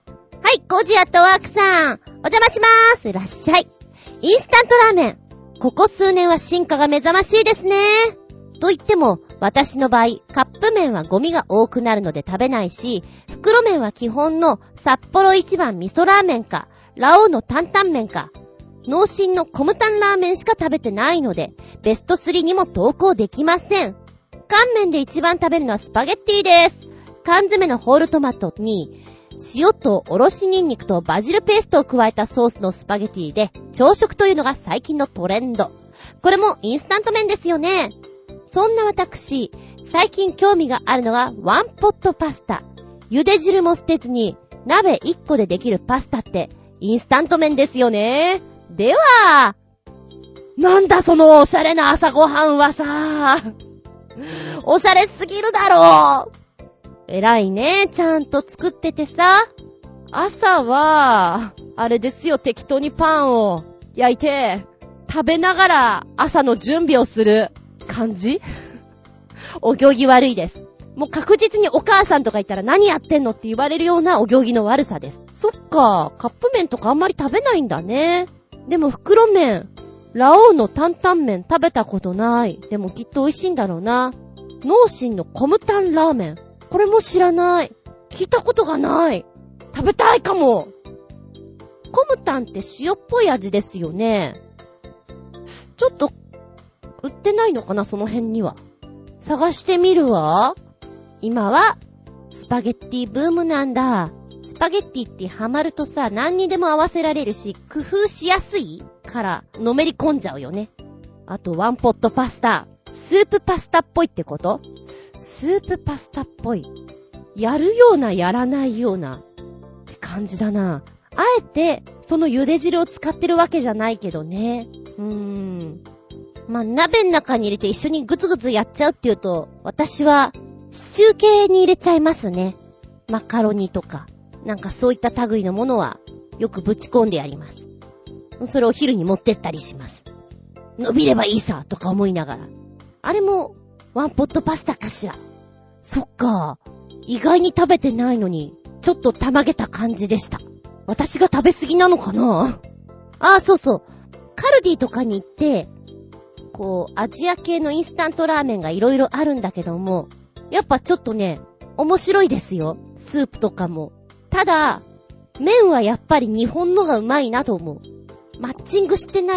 コジアットワークさん、お邪魔しまーす。いらっしゃい。インスタントラーメン。ここ数年は進化が目覚ましいですね。と言っても、私の場合、カップ麺はゴミが多くなるので食べないし、袋麺は基本の札幌一番味噌ラーメンか、ラオウの担々麺か、農心のコムタンラーメンしか食べてないので、ベスト3にも投稿できません。乾麺で一番食べるのはスパゲッティです。缶詰のホールトマトに、塩とおろしニンニクとバジルペーストを加えたソースのスパゲティで、朝食というのが最近のトレンド。これもインスタント麺ですよね。そんな私、最近興味があるのがワンポットパスタ。茹で汁も捨てずに、鍋1個でできるパスタって、インスタント麺ですよね。では、なんだそのおしゃれな朝ごはんはさ、おしゃれすぎるだろう。偉いね、ちゃんと作っててさ。朝は、あれですよ、適当にパンを焼いて、食べながら朝の準備をする感じ？お行儀悪いです。もう確実にお母さんとか言ったら何やってんのって言われるようなお行儀の悪さです。そっか、カップ麺とかあんまり食べないんだね。でも袋麺、ラオウの担々麺食べたことない。でもきっと美味しいんだろうな。農心のコムタンラーメン。これも知らない。聞いたことがない。食べたいかも。コムタンって塩っぽい味ですよね。ちょっと、売ってないのかな、その辺には。探してみるわ。今は、スパゲッティブームなんだ。スパゲッティってハマるとさ、何にでも合わせられるし、工夫しやすいからのめり込んじゃうよね。あとワンポットパスタ。スープパスタっぽいってこと？スープパスタっぽい。やるようなやらないようなって感じだな。あえてその茹で汁を使ってるわけじゃないけどね。まあ、鍋の中に入れて一緒にグツグツやっちゃうっていうと、私はシチュー系に入れちゃいますね。マカロニとか。なんかそういった類のものはよくぶち込んでやります。それを昼に持ってったりします。伸びればいいさとか思いながら。あれもワンポットパスタかしら。そっか。意外に食べてないのにちょっとたまげた感じでした。私が食べ過ぎなのかな？そうそう。カルディとかに行って、こう、アジア系のインスタントラーメンがいろいろあるんだけども、やっぱちょっとね、面白いですよ。スープとかも。ただ、麺はやっぱり日本のがうまいなと思う。マッチングしてない。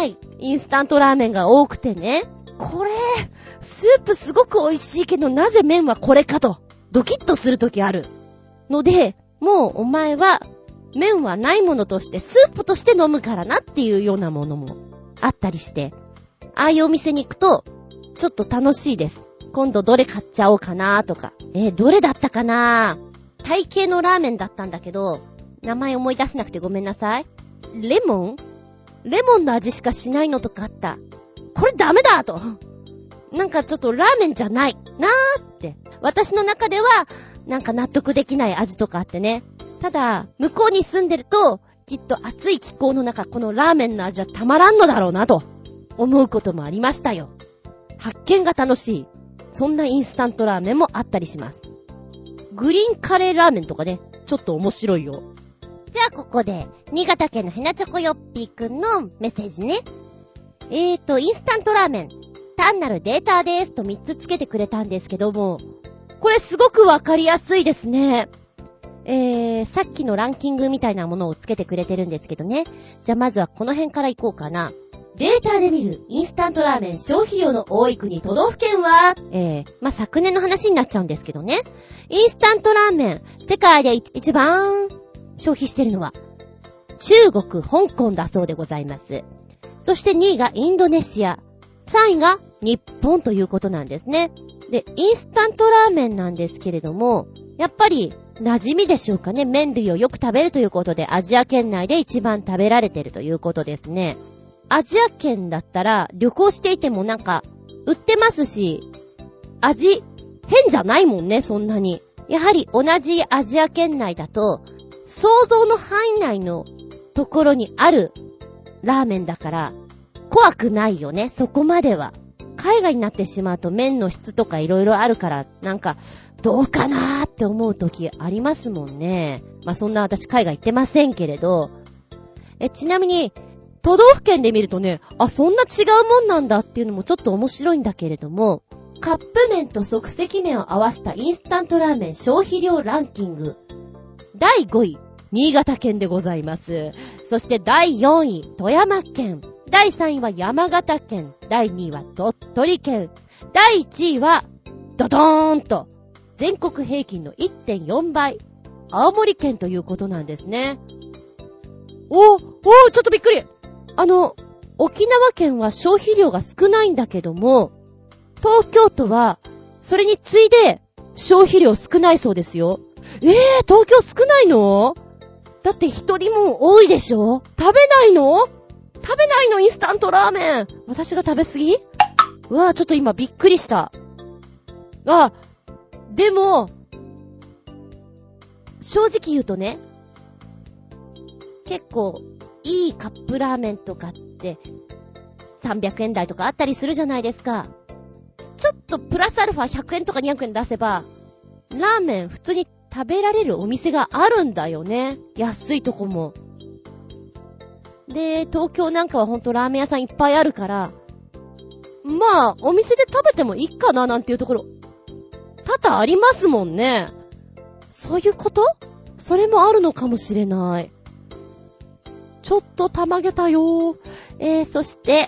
インスタントラーメンが多くてね、これスープすごく美味しいけどなぜ麺はこれかとドキッとするときあるので、もうお前は麺はないものとしてスープとして飲むからなっていうようなものもあったりして、ああいうお店に行くとちょっと楽しいです。今度どれ買っちゃおうかなとか。どれだったかな。タイ系のラーメンだったんだけど、名前思い出せなくてごめんなさい。レモンの味しかしないのとかあった。これダメだと。なんかちょっとラーメンじゃないなーって。私の中ではなんか納得できない味とかあってね。ただ、向こうに住んでると、きっと暑い気候の中、このラーメンの味はたまらんのだろうなと思うこともありましたよ。発見が楽しい。そんなインスタントラーメンもあったりします。グリーンカレーラーメンとかね、ちょっと面白いよ。じゃあここで、新潟県のヘナチョコヨッピーくんのメッセージね。インスタントラーメン、単なるデータですと3つつけてくれたんですけども、これすごくわかりやすいですね。さっきのランキングみたいなものをつけてくれてるんですけどね。じゃあまずはこの辺からいこうかな。データで見るインスタントラーメン消費量の多い国都道府県は、昨年の話になっちゃうんですけどね。インスタントラーメン、世界で一番消費してるのは中国、香港だそうでございます。そして2位がインドネシア、3位が日本ということなんですね。で、インスタントラーメンなんですけれども、やっぱり馴染みでしょうかね。麺類をよく食べるということでアジア圏内で一番食べられているということですね。アジア圏だったら旅行していてもなんか売ってますし、味変じゃないもんね、そんなに。やはり同じアジア圏内だと想像の範囲内のところにあるラーメンだから怖くないよね、そこまでは。海外になってしまうと麺の質とかいろいろあるからなんかどうかなーって思う時ありますもんね。そんな私海外行ってませんけれど。ちなみに都道府県で見るとね、そんな違うもんなんだっていうのもちょっと面白いんだけれども、カップ麺と即席麺を合わせたインスタントラーメン消費量ランキング。第5位、新潟県でございます。そして第4位、富山県。第3位は山形県。第2位は鳥取県。第1位は、ドドーンと、全国平均の 1.4 倍、青森県ということなんですね。ちょっとびっくり。沖縄県は消費量が少ないんだけども、東京都は、それに次いで消費量少ないそうですよ。東京少ないの？だって一人も多いでしょ？食べないのインスタントラーメン。私が食べ過ぎ？ちょっと今びっくりした。でも、正直言うとね、結構、いいカップラーメンとかって300円台とかあったりするじゃないですか。ちょっとプラスアルファ100円とか200円出せばラーメン普通に食べられるお店があるんだよね。安いとこも。で、東京なんかはほんとラーメン屋さんいっぱいあるから、お店で食べてもいいかななんていうところ多々ありますもんね。そういうこと？それもあるのかもしれない。ちょっとたまげたよ。そして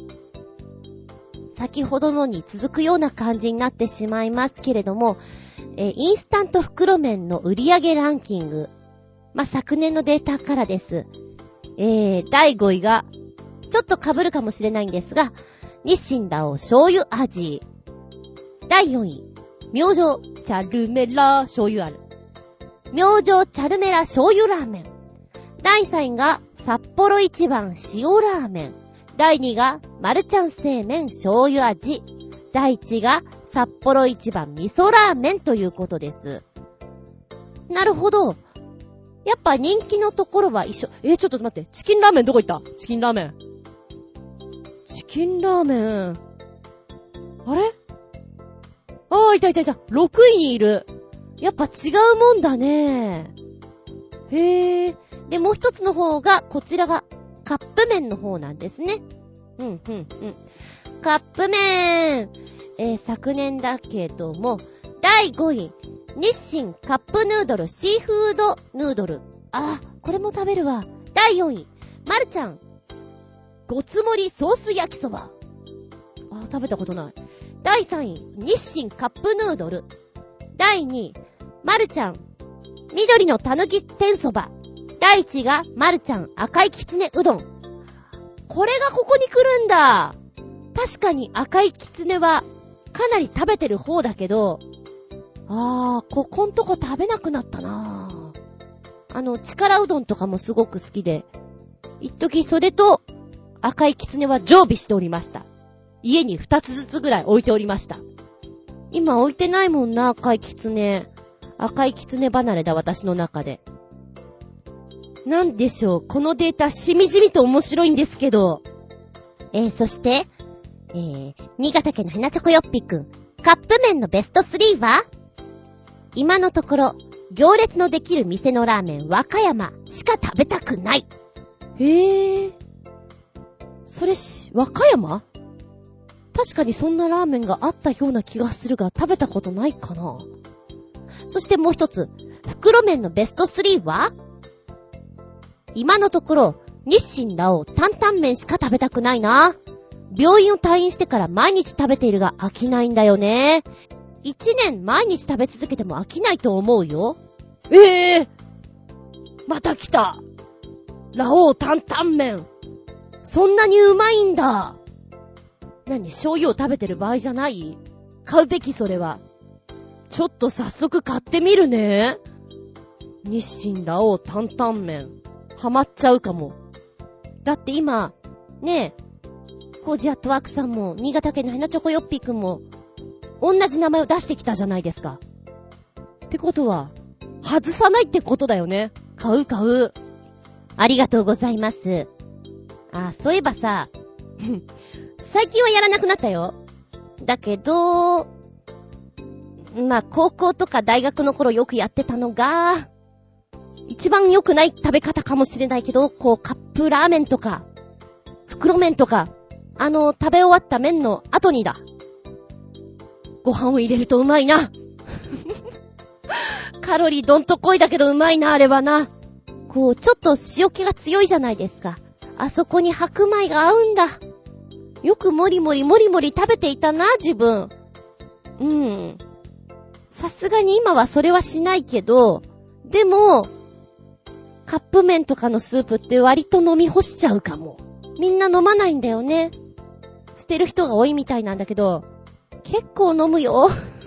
先ほどのに続くような感じになってしまいますけれども、インスタント袋麺の売上ランキング、昨年のデータからです。第5位がちょっと被るかもしれないんですが、日清ラオ醤油味。第4位、明星チャルメラ醤油ある。明星チャルメラ醤油ラーメン。第3位が札幌一番塩ラーメン。第2位がマルちゃん製麺醤油味。第1位が札幌一番味噌ラーメンということです。なるほど。やっぱ人気のところは一緒。ちょっと待って。チキンラーメンどこ行った？チキンラーメン。あれ？いた。6位にいる。やっぱ違うもんだね。で、もう一つの方が、こちらがカップ麺の方なんですね。カップ麺。昨年だけども、第5位。日清カップヌードルシーフードヌードル。これも食べるわ。第4位。マルちゃんごつ盛りソース焼きそば。食べたことない。第3位、日清カップヌードル。第2位、マルちゃん緑のたぬき天そば。第1位がマルちゃん赤いきつねうどん。これがここに来るんだ。確かに赤いきつねはかなり食べてる方だけど、ここんとこ食べなくなったな。力うどんとかもすごく好きで、一時それと赤いきつねは常備しておりました。家に2つずつぐらい置いておりました。今置いてないもんな、赤いきつね。赤いきつね離れだ、私の中で。なんでしょう、このデータしみじみと面白いんですけど。そして、新潟県のヘナチョコヨッピくん。カップ麺のベスト3は？今のところ、行列のできる店のラーメン和歌山しか食べたくない。それ和歌山？確かにそんなラーメンがあったような気がするが、食べたことないかな。そしてもう一つ、袋麺のベスト3は？今のところ、日清ラオウ担々麺しか食べたくないな。病院を退院してから毎日食べているが飽きないんだよね。1年毎日食べ続けても飽きないと思うよ。また来た。ラオウ担々麺。そんなにうまいんだ。何、醤油を食べてる場合じゃない？買うべき、それは。ちょっと早速買ってみるね。日清ラオウ担々麺。ハマっちゃうかも。だって今、ねえ、コージアットワークさんも、新潟県のヘナチョコヨッピーくんも、同じ名前を出してきたじゃないですか。ってことは、外さないってことだよね。買う。ありがとうございます。そういえばさ、最近はやらなくなったよ。だけど、高校とか大学の頃よくやってたのが、一番良くない食べ方かもしれないけど、カップラーメンとか、袋麺とか、食べ終わった麺の後にだ。ご飯を入れるとうまいな。カロリーどんと濃いだけどうまいな、あれはな。ちょっと塩気が強いじゃないですか。あそこに白米が合うんだ。よくもりもり食べていたな、自分。さすがに今はそれはしないけど、でも、カップ麺とかのスープって割と飲み干しちゃうかも。みんな飲まないんだよね。捨てる人が多いみたいなんだけど、結構飲むよ。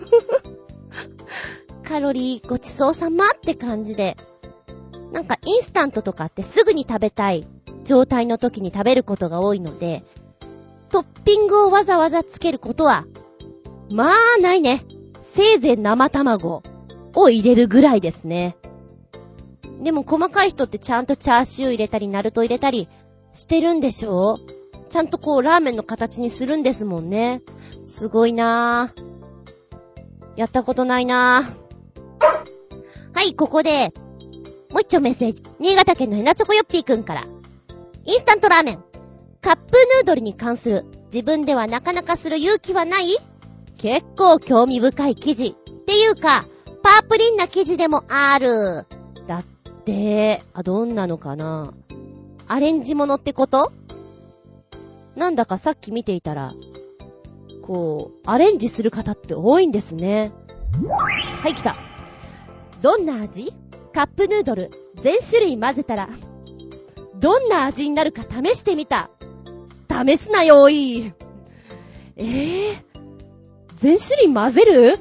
カロリーごちそうさまって感じで。なんかインスタントとかってすぐに食べたい状態の時に食べることが多いので、トッピングをわざわざつけることは、ないね。せいぜい生卵を入れるぐらいですね。でも細かい人ってちゃんとチャーシュー入れたりナルト入れたりしてるんでしょ？ちゃんとラーメンの形にするんですもんね。すごいなぁ。やったことないなぁ。はい、ここで、もう一丁メッセージ。新潟県のヘナチョコヨッピーくんから。インスタントラーメン。カップヌードルに関する自分ではなかなかする勇気はない？結構興味深い記事。っていうか、パープリンな記事でもある。だって、どんなのかな？アレンジものってこと？なんだかさっき見ていたら、アレンジする方って多いんですね。はい、来た。どんな味？カップヌードル全種類混ぜたらどんな味になるか試してみた。試すなよ、おい。全種類混ぜる？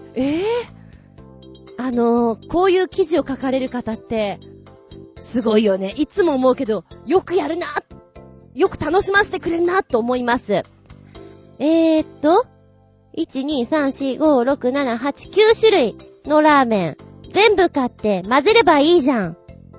こういう記事を書かれる方ってすごいよね。いつも思うけど、よくやるな、よく楽しませてくれるなと思います。1,2,3,4,5,6,7,8,9 種類のラーメン全部買って混ぜればいいじゃん。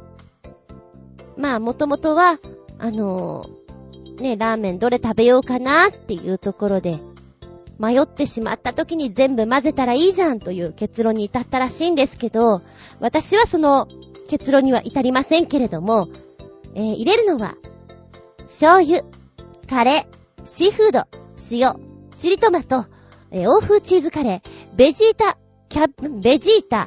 もともとはラーメンどれ食べようかなっていうところで迷ってしまった時に全部混ぜたらいいじゃんという結論に至ったらしいんですけど、私はその結論には至りませんけれども、入れるのは醤油、カレー、シーフード、塩、チリトマト、欧風チーズカレー、ベジータ、キャベツ&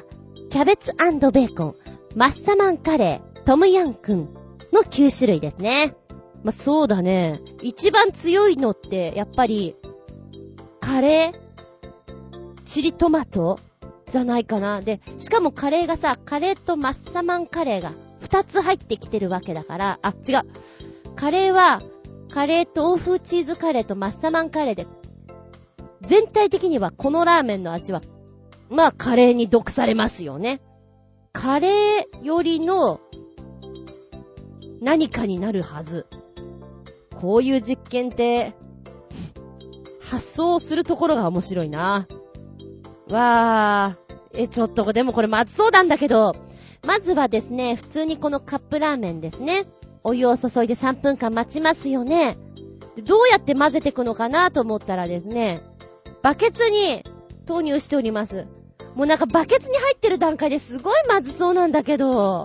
ベーコン、マッサマンカレー、トムヤンクンの9種類ですね。 まあ、そうだね。一番強いのって、やっぱり、カレー？チリトマト？じゃないかな。で、しかもカレーがさ、カレーとマッサマンカレーが2つ入ってきてるわけだから、あ、違う。カレーは、カレーと欧風チーズカレーとマッサマンカレーで、全体的にはこのラーメンの味は、まあカレーに毒されますよね。カレーよりの何かになるはず。こういう実験って、発想するところが面白いな。わー。ちょっと、でもこれまずそうなんだけど、まずはですね、普通にこのカップラーメンですね。お湯を注いで3分間待ちますよね。でどうやって混ぜていくのかなと思ったらですね、バケツに投入しております。もうなんかバケツに入ってる段階ですごいまずそうなんだけど、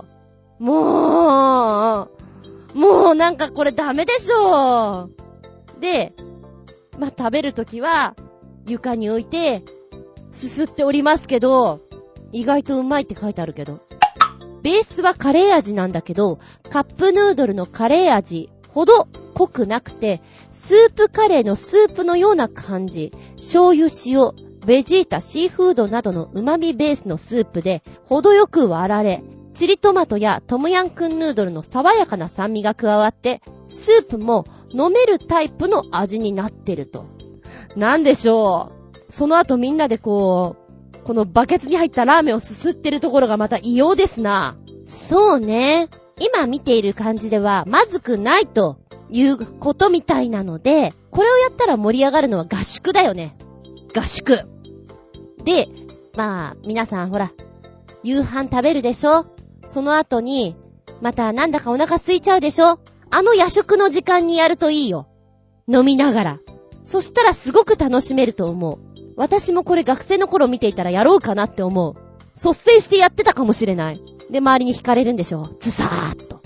もうなんかこれダメでしょ。で、まあ、食べるときは床に置いてすすっておりますけど、意外とうまいって書いてあるけど、ベースはカレー味なんだけど、カップヌードルのカレー味ほど濃くなくて、スープカレーのスープのような感じ。醤油、塩、ベジータ、シーフードなどの旨味ベースのスープで程よく割られ、チリトマトやトムヤンクンヌードルの爽やかな酸味が加わって、スープも飲めるタイプの味になってると。なんでしょう。その後みんなでこのバケツに入ったラーメンをすすってるところがまた異様ですな。そうね。今見ている感じではまずくないということみたいなので、これをやったら盛り上がるのは合宿だよね。合宿。で、まあ皆さんほら、夕飯食べるでしょ？その後に、またなんだかお腹空いちゃうでしょ？あの夜食の時間にやるといいよ。飲みながら。そしたらすごく楽しめると思う。私もこれ学生の頃見ていたらやろうかなって思う。率先してやってたかもしれない。で、周りに惹かれるんでしょ？ズサーっと。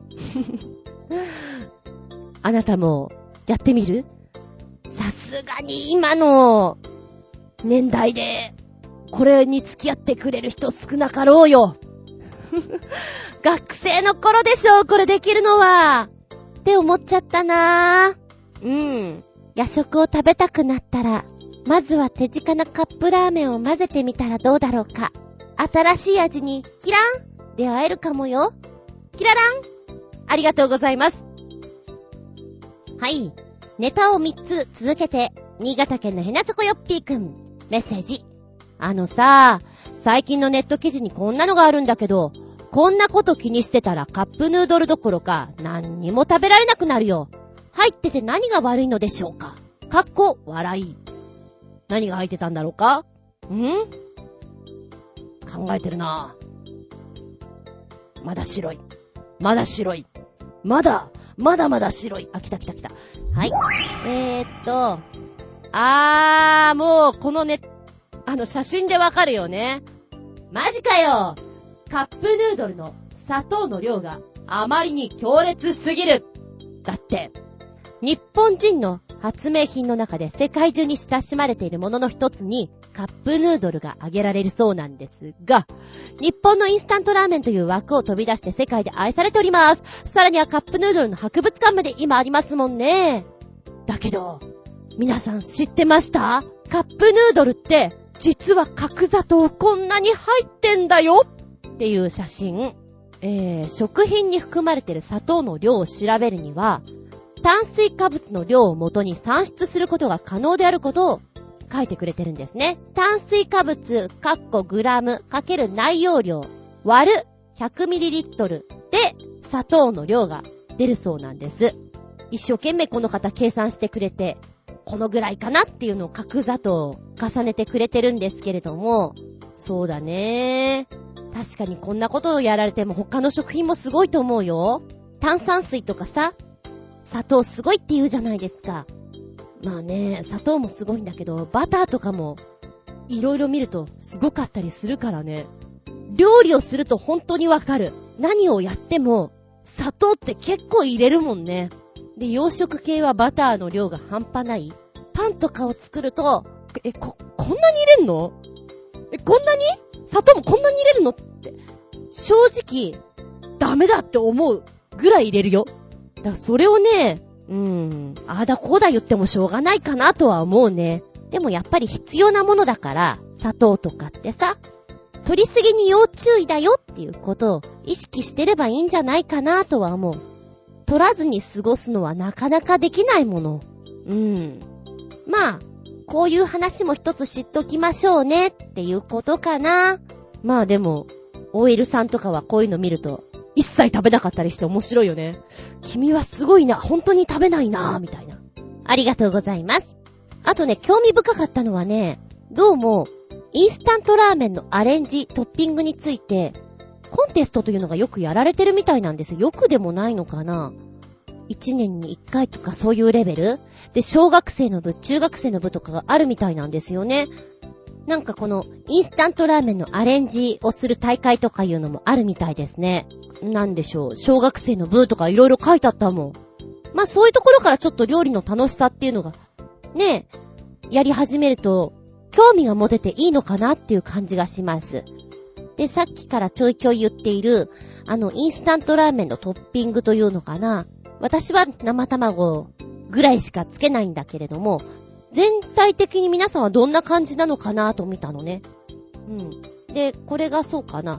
あなたもやってみる？さすがに今の年代でこれに付き合ってくれる人少なかろうよ。学生の頃でしょ、これできるのは。って思っちゃったなぁ。夜食を食べたくなったら、まずは手近なカップラーメンを混ぜてみたらどうだろうか。新しい味にキラン出会えるかもよ。キラランありがとうございます。はい。ネタを3つ続けて、新潟県のヘナチョコヨッピーくん、メッセージ。最近のネット記事にこんなのがあるんだけど、こんなこと気にしてたらカップヌードルどころか何にも食べられなくなるよ。入ってて何が悪いのでしょうか。かっこ笑い。何が入ってたんだろうか？考えてるな。まだ白い。まだ白い。まだ白い。あ、来た。はい。もうこのね、写真でわかるよね。マジかよ。カップヌードルの砂糖の量があまりに強烈すぎる。だって、日本人の発明品の中で世界中に親しまれているものの一つにカップヌードルが挙げられるそうなんですが、日本のインスタントラーメンという枠を飛び出して世界で愛されております。さらにはカップヌードルの博物館まで今ありますもんね。だけど、皆さん知ってました？カップヌードルって実は角砂糖こんなに入ってんだよっていう写真。食品に含まれている砂糖の量を調べるには、炭水化物の量を元に算出することが可能であることを書いてくれてるんですね。炭水化物グラム×内容量割る 100ml で砂糖の量が出るそうなんです。一生懸命この方計算してくれて、このぐらいかなっていうのを角砂糖を重ねてくれてるんですけれども、そうだね。確かにこんなことをやられても他の食品もすごいと思うよ。炭酸水とかさ、砂糖すごいって言うじゃないですか。まあね、砂糖もすごいんだけど、バターとかもいろいろ見るとすごかったりするからね。料理をすると本当にわかる。何をやっても砂糖って結構入れるもんね。で、洋食系はバターの量が半端ない。パンとかを作ると、こんなに入れんの？こんなに？砂糖もこんなに入れるのって、正直ダメだって思うぐらい入れるよ。 だからそれをね、ああだこうだ言ってもしょうがないかなとは思うね。でもやっぱり必要なものだから、砂糖とかってさ、取りすぎに要注意だよっていうことを意識してればいいんじゃないかなとは思う。取らずに過ごすのはなかなかできないもの。まあ、こういう話も一つ知っときましょうねっていうことかな。まあでも、OL さんとかはこういうの見ると、一切食べなかったりして面白いよね。君はすごいな、本当に食べないな、みたいな。ありがとうございます。あとね、興味深かったのはね、どうも、インスタントラーメンのアレンジ、トッピングについて、コンテストというのがよくやられてるみたいなんですよ。よくでもないのかな。1年に1回とかそういうレベルで、小学生の部、中学生の部とかがあるみたいなんですよね。なんかこのインスタントラーメンのアレンジをする大会とかいうのもあるみたいですね。なんでしょう、小学生の部とかいろいろ書いてあったもん。まあそういうところからちょっと料理の楽しさっていうのがね、やり始めると興味が持てていいのかなっていう感じがします。で、さっきからちょいちょい言っているインスタントラーメンのトッピングというのかな。私は生卵ぐらいしかつけないんだけれども、全体的に皆さんはどんな感じなのかなと見たのね。で、これがそうかな。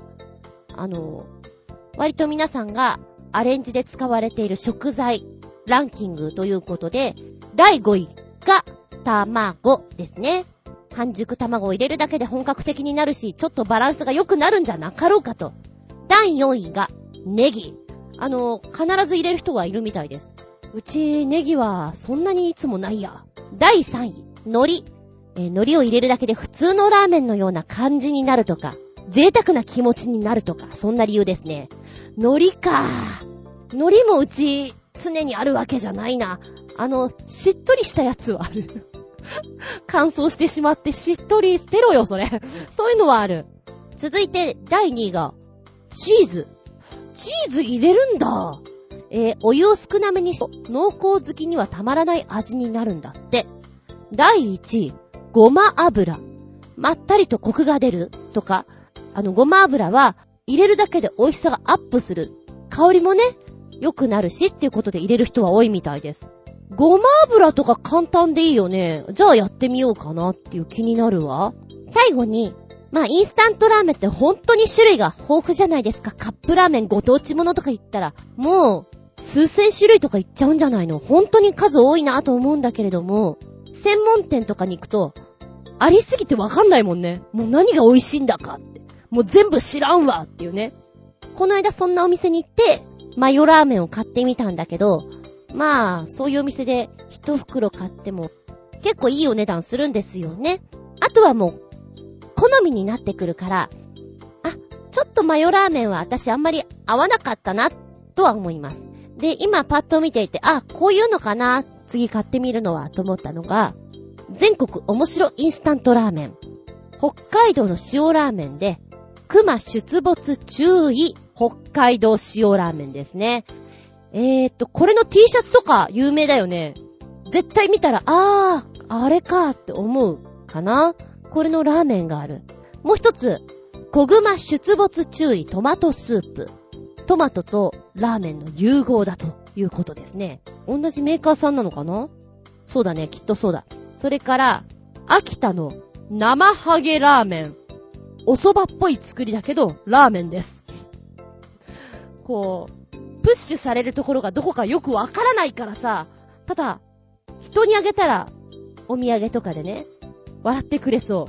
割と皆さんがアレンジで使われている食材ランキングということで、第5位が卵ですね。半熟卵を入れるだけで本格的になるし、ちょっとバランスが良くなるんじゃなかろうかと。第4位がネギ。必ず入れる人はいるみたいです。うちネギはそんなにいつもないや。第3位、海苔。海苔を入れるだけで普通のラーメンのような感じになるとか、贅沢な気持ちになるとか、そんな理由ですね。海苔か。海苔もうち常にあるわけじゃないな。しっとりしたやつはある。乾燥してしまってしっとり捨てろよそれ。そういうのはある。続いて第2位がチーズ。チーズ入れるんだ。お湯を少なめにし、濃厚好きにはたまらない味になるんだって。第1位、ごま油。まったりとコクが出るとか、ごま油は入れるだけで美味しさがアップする。香りもね、良くなるしっていうことで入れる人は多いみたいです。ごま油とか簡単でいいよね。じゃあやってみようかなっていう気になるわ。最後に、インスタントラーメンって本当に種類が豊富じゃないですか。カップラーメンご当地ものとか言ったら、もう数千種類とかいっちゃうんじゃないの？本当に数多いなと思うんだけれども、専門店とかに行くと、ありすぎてわかんないもんね。もう何が美味しいんだかって。もう全部知らんわっていうね。この間そんなお店に行って、マヨラーメンを買ってみたんだけど、そういうお店で一袋買っても結構いいお値段するんですよね。あとはもう好みになってくるから、ちょっとマヨラーメンは私あんまり合わなかったなとは思います。で、今パッと見ていて、こういうのかな、次買ってみるのはと思ったのが、全国面白インスタントラーメン。北海道の塩ラーメンで、熊出没注意北海道塩ラーメンですね。これの T シャツとか有名だよね。絶対見たら、あれかって思うかな。これのラーメンがある。もう一つ、小熊出没注意トマトスープ。トマトとラーメンの融合だということですね。同じメーカーさんなのかな？そうだね、きっとそうだ。それから、秋田の生ハゲラーメン。お蕎麦っぽい作りだけど、ラーメンです。こう、プッシュされるところがどこかよくわからないからさ、ただ、人にあげたら、お土産とかでね、笑ってくれそう。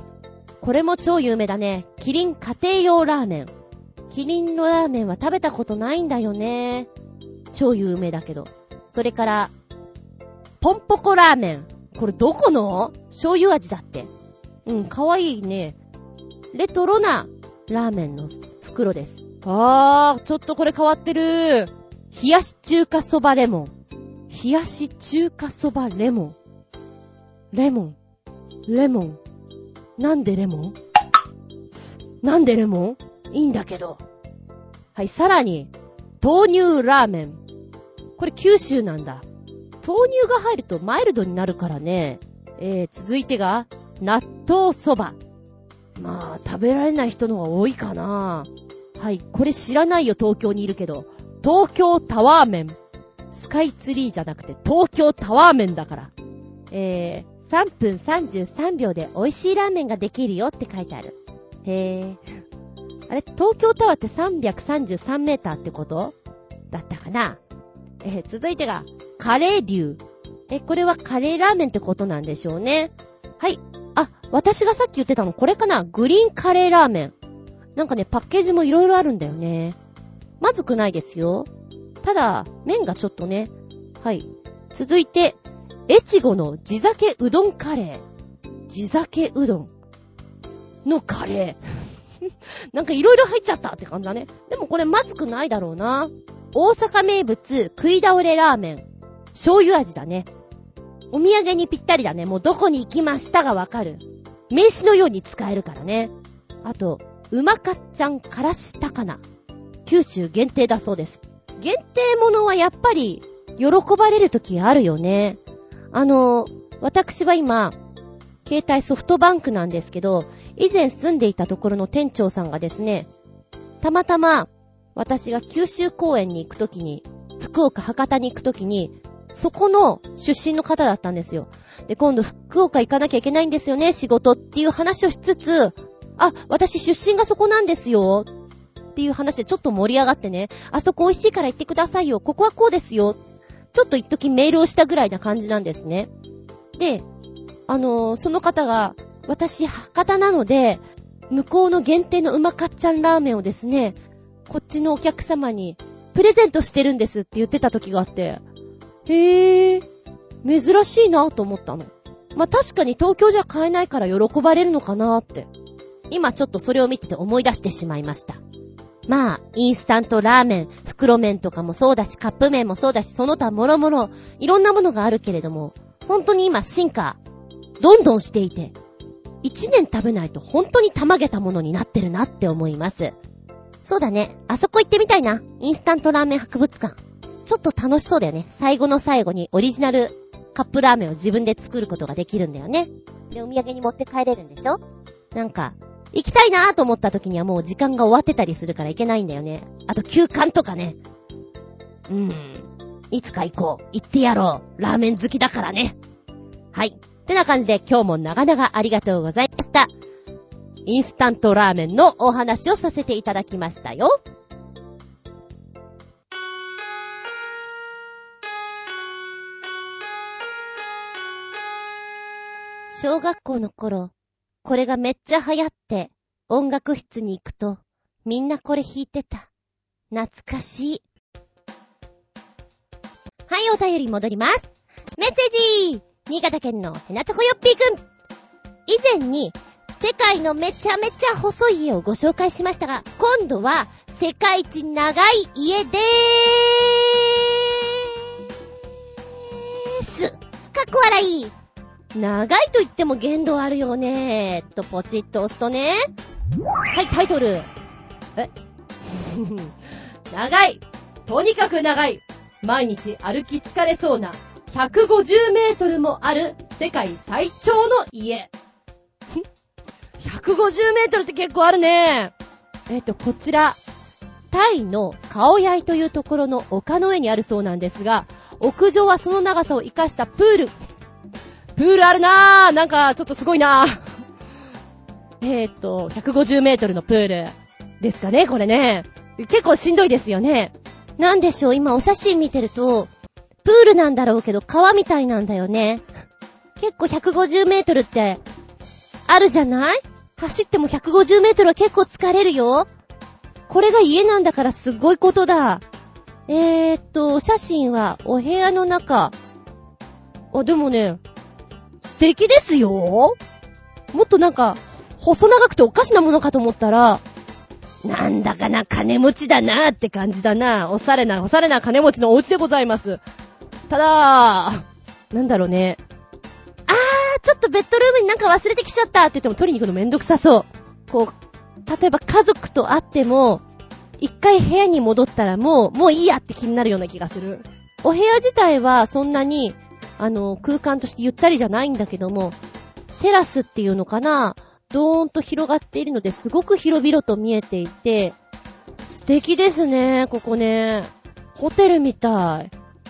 これも超有名だね。キリン家庭用ラーメン。キリンのラーメンは食べたことないんだよね。超有名だけど。それから、ポンポコラーメン。これどこの？醤油味だって。かわいいね。レトロなラーメンの袋です。ちょっとこれ変わってる。冷やし中華そばレモン。冷やし中華そばレモン。レモン。レモン。なんでレモン？なんでレモン？いいんだけど。はい、さらに、豆乳ラーメン。これ九州なんだ。豆乳が入るとマイルドになるからね。続いてが、納豆そば。食べられない人の方が多いかな。はい、これ知らないよ、東京にいるけど。東京タワー麺。 スカイツリーじゃなくて東京タワー麺だから。3分33秒で美味しいラーメンができるよって書いてある。へー。あれ、東京タワーって333メーターってことだったかな。続いてが、カレー流。これはカレーラーメンってことなんでしょうね。はい。あ、私がさっき言ってたのこれかな。グリーンカレーラーメン。なんかね、パッケージもいろいろあるんだよね。まずくないですよ。ただ、麺がちょっとね。はい。続いて、越後の地酒うどんカレー。地酒うどんのカレー。なんかいろいろ入っちゃったって感じだね。でもこれまずくないだろうな。大阪名物食い倒れラーメン。醤油味だね。お土産にぴったりだね。もうどこに行きましたがわかる。名詞のように使えるからね。あと、うまかっちゃんからし高菜。九州限定だそうです。限定ものはやっぱり喜ばれるときあるよね。私は今、携帯ソフトバンクなんですけど、以前住んでいたところの店長さんがですね、たまたま私が九州公園に行くときに、福岡博多に行くときに、そこの出身の方だったんですよ。で、今度福岡行かなきゃいけないんですよね、仕事っていう話をしつつ、あ、私出身がそこなんですよっていう話でちょっと盛り上がってね、あそこ美味しいから行ってくださいよ、ここはこうですよ。ちょっと一時メールをしたぐらいな感じなんですね。で、その方が、私博多なので、向こうの限定のうまかっちゃんラーメンをですね、こっちのお客様にプレゼントしてるんですって言ってた時があって、へー、珍しいなと思ったの。まあ、確かに東京じゃ買えないから喜ばれるのかなって。今ちょっとそれを見てて思い出してしまいました。まあ、インスタントラーメン、袋麺とかもそうだし、カップ麺もそうだし、その他もろもろ、いろんなものがあるけれども、本当に今進化、どんどんしていて、1年食べないと本当にたまげたものになってるなって思います。そうだね。あそこ行ってみたいな。インスタントラーメン博物館。ちょっと楽しそうだよね。最後の最後にオリジナルカップラーメンを自分で作ることができるんだよね。で、お土産に持って帰れるんでしょ？なんか、行きたいなーと思った時にはもう時間が終わってたりするから行けないんだよね。あと休館とかね。いつか行こう。行ってやろう。ラーメン好きだからね。はい。ってな感じで今日も長々ありがとうございました。インスタントラーメンのお話をさせていただきましたよ。小学校の頃、これがめっちゃ流行って音楽室に行くとみんなこれ弾いてた。懐かしい。はい、お便り戻ります。メッセージ、新潟県のヘナチョコヨッピーくん。以前に世界のめちゃめちゃ細い家をご紹介しましたが、今度は世界一長い家でーす。かっこ笑い。長いと言っても限度あるよねポチッと押すとね。はい、タイトル。長い。とにかく長い。毎日歩き疲れそうな150メートルもある世界最長の家。150メートルって結構あるね。こちら、タイのカオヤイというところの丘の上にあるそうなんですが、屋上はその長さを生かしたプールあるなぁ。なんかちょっとすごいなぁ。150メートルのプールですかね、これね。結構しんどいですよね。なんでしょう、今お写真見てると、プールなんだろうけど川みたいなんだよね。結構150メートルってあるじゃない？走っても150メートルは結構疲れるよ。これが家なんだからすごいことだ。お写真はお部屋の中。でもね、素敵ですよ。もっとなんか細長くておかしなものかと思ったら、なんだかな金持ちだなって感じだな。おしゃれな金持ちのお家でございます。ただ、なんだろうね。ちょっとベッドルームになんか忘れてきちゃったって言っても取りに行くのめんどくさそう。こう、例えば家族と会っても、一回部屋に戻ったらもういいやって気になるような気がする。お部屋自体はそんなに、空間としてゆったりじゃないんだけども、テラスっていうのかな、ドーンと広がっているのですごく広々と見えていて、素敵ですね、ここね。ホテルみたい。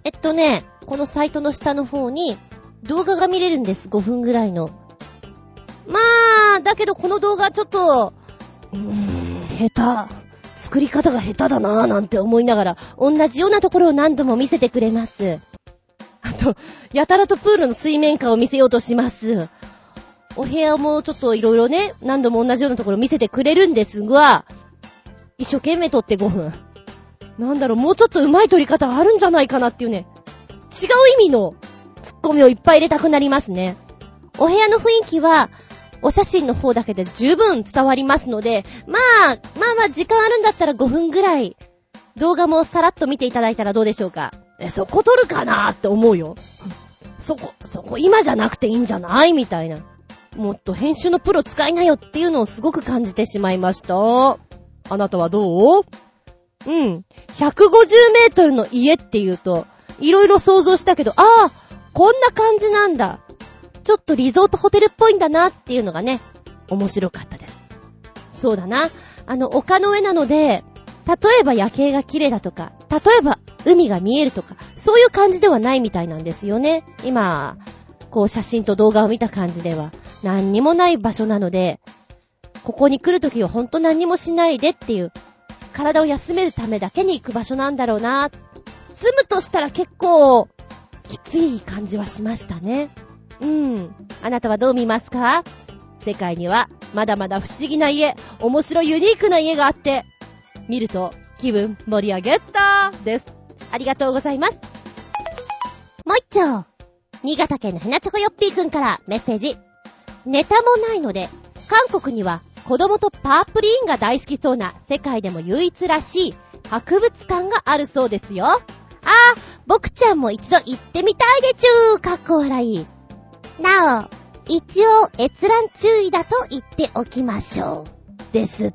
このサイトの下の方に動画が見れるんです。5分ぐらいの。まあ、だけどこの動画ちょっと、下手。作り方が下手だなぁなんて思いながら、同じようなところを何度も見せてくれます。あと、やたらとプールの水面下を見せようとします。お部屋もちょっといろいろね、何度も同じようなところを見せてくれるんですが、一生懸命撮って5分。なんだろう、もうちょっと上手い撮り方あるんじゃないかなっていうね、違う意味のツッコミをいっぱい入れたくなりますね。お部屋の雰囲気は、お写真の方だけで十分伝わりますので、まあ時間あるんだったら5分ぐらい動画もさらっと見ていただいたらどうでしょうか。そこ撮るかなーって思うよ。そこ今じゃなくていいんじゃないみたいな。もっと編集のプロ使いなよっていうのをすごく感じてしまいました。あなたはどう？150メートルの家っていうと、いろいろ想像したけど、こんな感じなんだ。ちょっとリゾートホテルっぽいんだなっていうのがね、面白かったです。そうだな。丘の上なので、例えば夜景が綺麗だとか、例えば海が見えるとか、そういう感じではないみたいなんですよね。今、こう写真と動画を見た感じでは、何にもない場所なので、ここに来るときはほんと何もしないでっていう、体を休めるためだけに行く場所なんだろうな。住むとしたら結構、きつい感じはしましたね。あなたはどう見ますか？世界にはまだまだ不思議な家、面白いユニークな家があって、見ると気分盛り上げたです。ありがとうございます。もう一丁、新潟県のヘナチョコヨッピーくんからメッセージ。ネタもないので、韓国には子供とパープリンが大好きそうな世界でも唯一らしい博物館があるそうですよ。僕ちゃんも一度行ってみたいでちゅー。かっこ笑い。なお、一応閲覧注意だと言っておきましょう。ですって。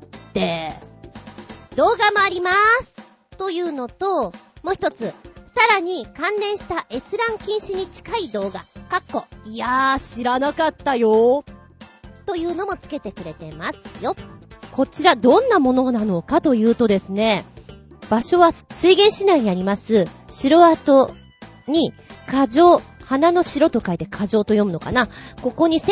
動画もあります。というのと、もう一つ、さらに関連した閲覧禁止に近い動画、いやー知らなかったよ。というのもつけてくれてますよ。こちらどんなものなのかというとですね、場所は水源市内にあります城跡に花の城と書いて花城と読むのかな。ここに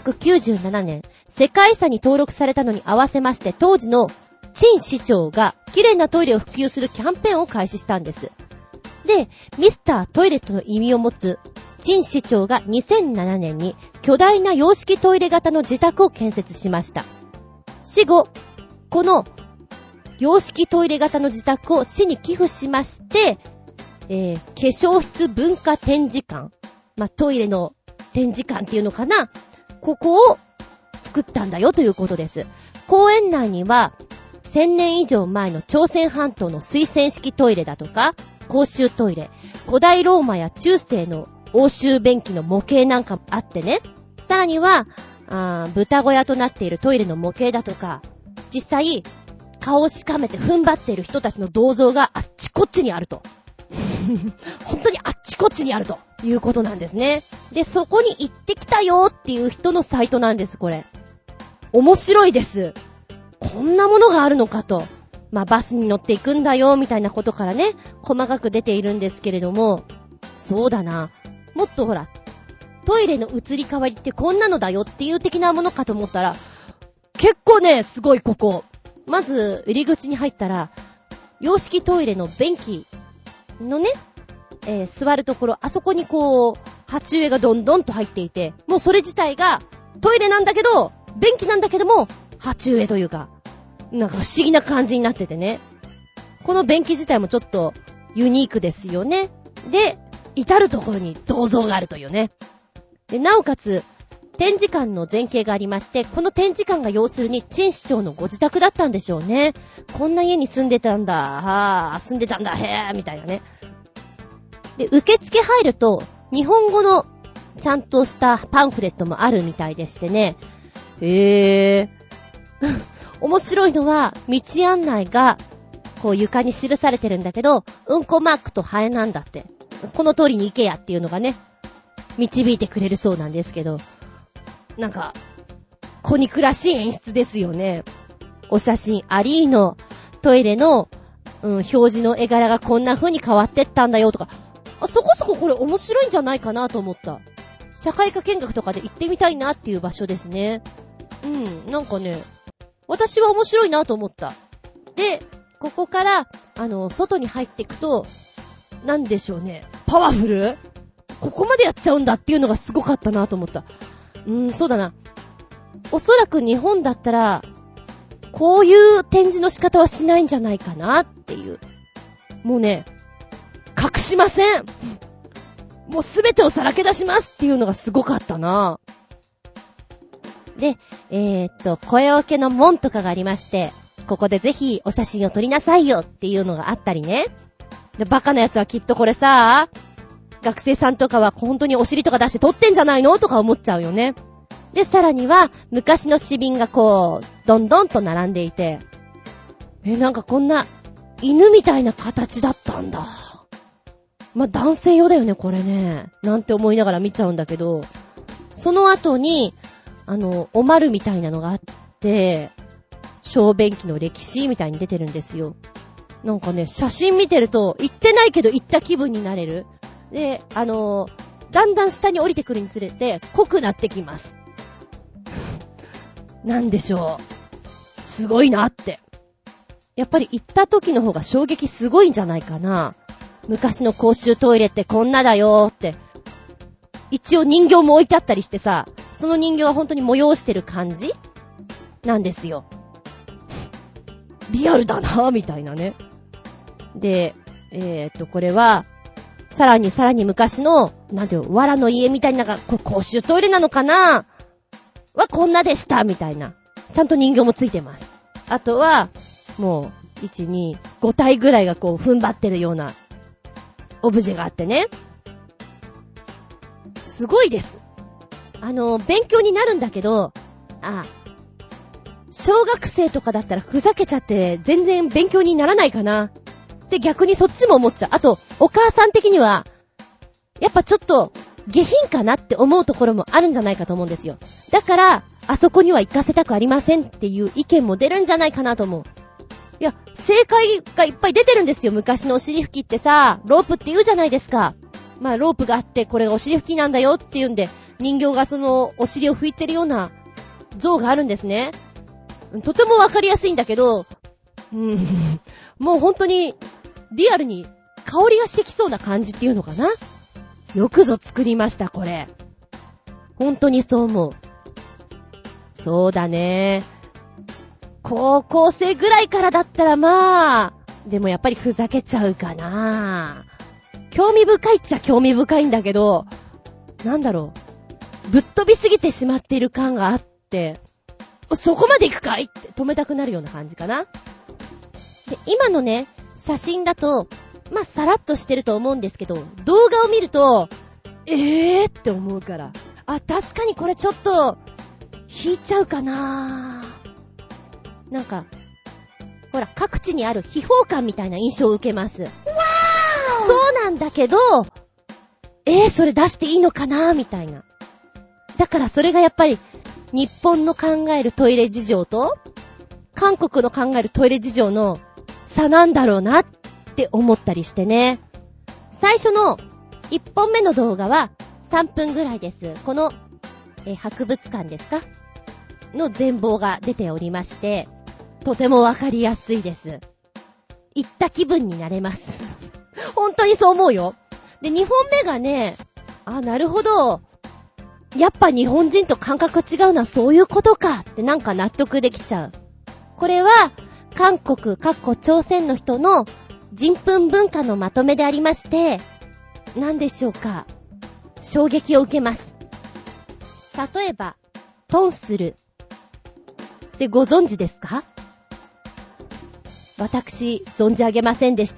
1997年世界遺産に登録されたのに合わせまして、当時の陳市長が綺麗なトイレを普及するキャンペーンを開始したんです。で、ミスタートイレットの意味を持つ陳市長が2007年に巨大な洋式トイレ型の自宅を建設しました。死後、この洋式トイレ型の自宅を市に寄付しまして、化粧室文化展示館、トイレの展示館っていうのかな、ここを作ったんだよということです。公園内には1000年以上前の朝鮮半島の水洗式トイレだとか公衆トイレ、古代ローマや中世の欧州便器の模型なんかもあってね、さらには豚小屋となっているトイレの模型だとか、実際顔をしかめて踏ん張っている人たちの銅像があっちこっちにあると本当にあっちこっちにあるということなんですね。で、そこに行ってきたよっていう人のサイトなんです。これ面白いです。こんなものがあるのかと。バスに乗っていくんだよみたいなことからね、細かく出ているんですけれども、そうだな、もっとほらトイレの移り変わりってこんなのだよっていう的なものかと思ったら、結構ね、すごい。ここまず入り口に入ったら洋式トイレの便器のね、座るところ、あそこにこう鉢植えがどんどんと入っていて、もうそれ自体がトイレなんだけど便器なんだけども鉢植えというか、なんか不思議な感じになっててね、この便器自体もちょっとユニークですよね。で、至るところに銅像があるというね。で、なおかつ展示館の前景がありまして、この展示館が要するに陳市長のご自宅だったんでしょうね。こんな家に住んでたんだ、住んでたんだ、へーみたいなね。で、受付入ると日本語のちゃんとしたパンフレットもあるみたいでしてね。面白いのは道案内がこう床に記されてるんだけど、うんこマークとハエなんだって、この通りに行けやっていうのがね導いてくれるそうなんですけど、なんか小憎らしい演出ですよね。お写真ありのトイレの、表示の絵柄がこんな風に変わってったんだよとか、 そこそここれ面白いんじゃないかなと思った。社会科見学とかで行ってみたいなっていう場所ですね。なんかね、私は面白いなと思った。で、ここから、外に入っていくと、なんでしょうね。パワフル？ここまでやっちゃうんだっていうのがすごかったなと思った。そうだな。おそらく日本だったら、こういう展示の仕方はしないんじゃないかなっていう。もうね、隠しません。もうすべてをさらけ出しますっていうのがすごかったな。で、声分けの門とかがありまして、ここでぜひお写真を撮りなさいよっていうのがあったりね。で、バカなやつはきっとこれさ、学生さんとかは本当にお尻とか出して撮ってんじゃないのとか思っちゃうよね。で、さらには昔の紙瓶がこう、どんどんと並んでいて、なんかこんな犬みたいな形だったんだ。まあ、男性用だよね、これね。なんて思いながら見ちゃうんだけど、その後に、おまるみたいなのがあって、小便器の歴史みたいに出てるんですよ。なんかね、写真見てると、行ってないけど行った気分になれる。で、だんだん下に降りてくるにつれて、濃くなってきます。なんでしょう。すごいなって。やっぱり行った時の方が衝撃すごいんじゃないかな。昔の公衆トイレってこんなだよって。一応人形も置いてあったりしてさ、その人形は本当に催してる感じなんですよ。リアルだなみたいなね。で、これは、さらに昔の、なんていうの、藁の家みたいなのが、これ公衆トイレなのかなはこんなでしたみたいな。ちゃんと人形もついてます。あとは、もう、1、2、5体ぐらいがこう踏ん張ってるようなオブジェがあってね。すごいです。勉強になるんだけど、小学生とかだったらふざけちゃって全然勉強にならないかなって逆にそっちも思っちゃう。あと、お母さん的には、やっぱちょっと下品かなって思うところもあるんじゃないかと思うんですよ。だから、あそこには行かせたくありませんっていう意見も出るんじゃないかなと思う。いや、正解がいっぱい出てるんですよ。昔のお尻拭きってさ、ロープって言うじゃないですか。まあ、ロープがあって、これがお尻拭きなんだよっていうんで、人形がそのお尻を拭いてるような像があるんですね。とてもわかりやすいんだけど、もう本当にリアルに香りがしてきそうな感じっていうのかな。よくぞ作りました、これ。本当にそう思う。そうだね。高校生ぐらいからだったらまあ、でもやっぱりふざけちゃうかな。興味深いっちゃ興味深いんだけど、なんだろう。ぶっ飛びすぎてしまっている感があって、そこまで行くかいって止めたくなるような感じかな。で、今のね、写真だと、まあ、さらっとしてると思うんですけど、動画を見ると、って思うから。確かにこれちょっと、引いちゃうかな。なんか、ほら、各地にある秘宝館みたいな印象を受けます。そうなんだけど、それ出していいのかなみたいな。だからそれがやっぱり、日本の考えるトイレ事情と、韓国の考えるトイレ事情の差なんだろうなって思ったりしてね。最初の1本目の動画は3分ぐらいです。この、博物館ですかの全貌が出ておりまして、とてもわかりやすいです。行った気分になれます。本当にそう思うよ。で、2本目がね、なるほど。やっぱ日本人と感覚違うのはそういうことかってなんか納得できちゃう。これは韓国、朝鮮の人の人糞文化のまとめでありまして、何でしょうか。衝撃を受けます。例えば、トンスルってご存知ですか？私、存じ上げませんでした。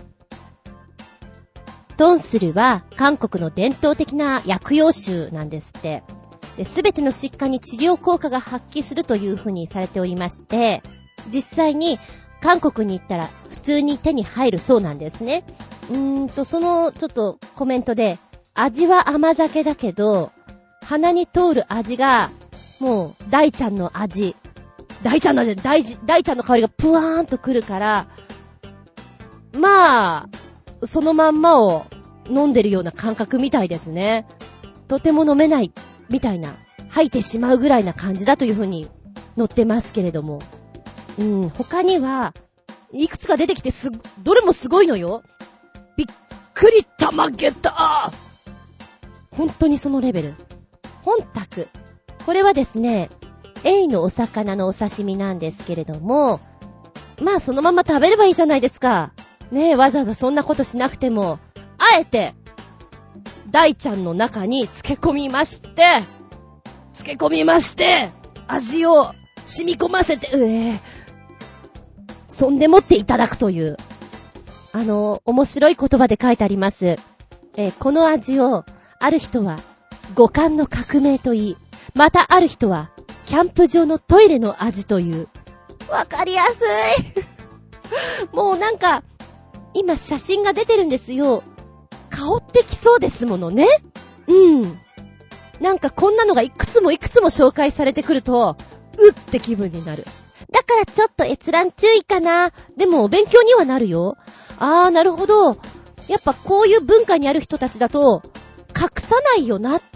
トンスルは韓国の伝統的な薬用酒なんですって。すべての疾患に治療効果が発揮するというふうにされておりまして、実際に韓国に行ったら普通に手に入るそうなんですね。そのちょっとコメントで、味は甘酒だけど、鼻に通る味が、もう大ちゃんの味。大ちゃんの香りがプワーンとくるから、まあ、そのまんまを飲んでるような感覚みたいですね。とても飲めないみたいな、吐いてしまうぐらいな感じだという風に載ってますけれども、他にはいくつか出てきてどれもすごいのよ。びっくりたまげた。本当にそのレベル。本宅。これはですね、エイのお魚のお刺身なんですけれども、まあそのまま食べればいいじゃないですか。ねえ、わざわざそんなことしなくても、あえて大ちゃんの中に漬け込みまして、味を染み込ませて、そんでもっていただくという、面白い言葉で書いてあります。この味を、ある人は五感の革命と言い、またある人はキャンプ場のトイレの味という。わかりやすい。もうなんか、今写真が出てるんですよ。香ってきそうですものね。なんかこんなのがいくつも紹介されてくると、うって気分になる。だからちょっと閲覧注意かな。でもお勉強にはなるよ。なるほど。やっぱこういう文化にある人たちだと、隠さないよなって、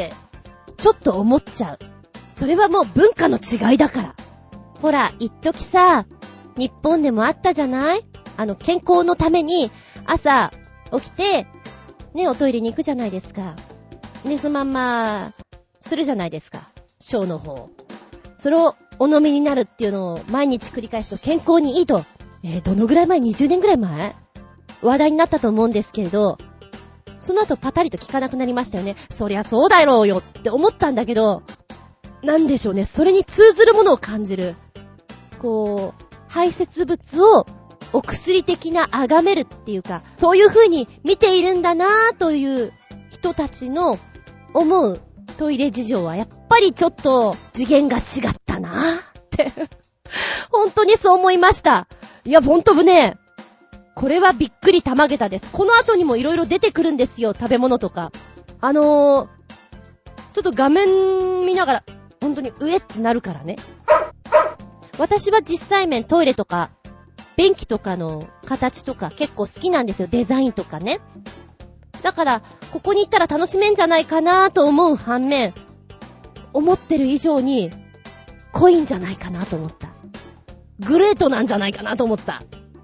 ちょっと思っちゃう。それはもう文化の違いだから。ほら、一時さ、日本でもあったじゃない？健康のために、朝起きて、ね、おトイレに行くじゃないですか。ね、そのまんま、するじゃないですか。小の方。それをお飲みになるっていうのを毎日繰り返すと健康にいいと。どのぐらい前？ 20 年ぐらい前？話題になったと思うんですけれど、その後パタリと聞かなくなりましたよね。そりゃそうだろうよって思ったんだけど、なんでしょうね。それに通ずるものを感じる。こう、排泄物をお薬的な崇めるっていうか、そういう風に見ているんだなぁという人たちの思うトイレ事情はやっぱりちょっと次元が違ったなぁって本当にそう思いました。いや本当にね、これはびっくりたまげたです。この後にもいろいろ出てくるんですよ、食べ物とか。ちょっと画面見ながら本当にってなるからね。私は実際面トイレとか便器とかの形とか結構好きなんですよ。デザインとかね。だからここに行ったら楽しめんじゃないかなと思う反面、思ってる以上に濃いんじゃないかなと思った。グレートなんじゃないかなと思った。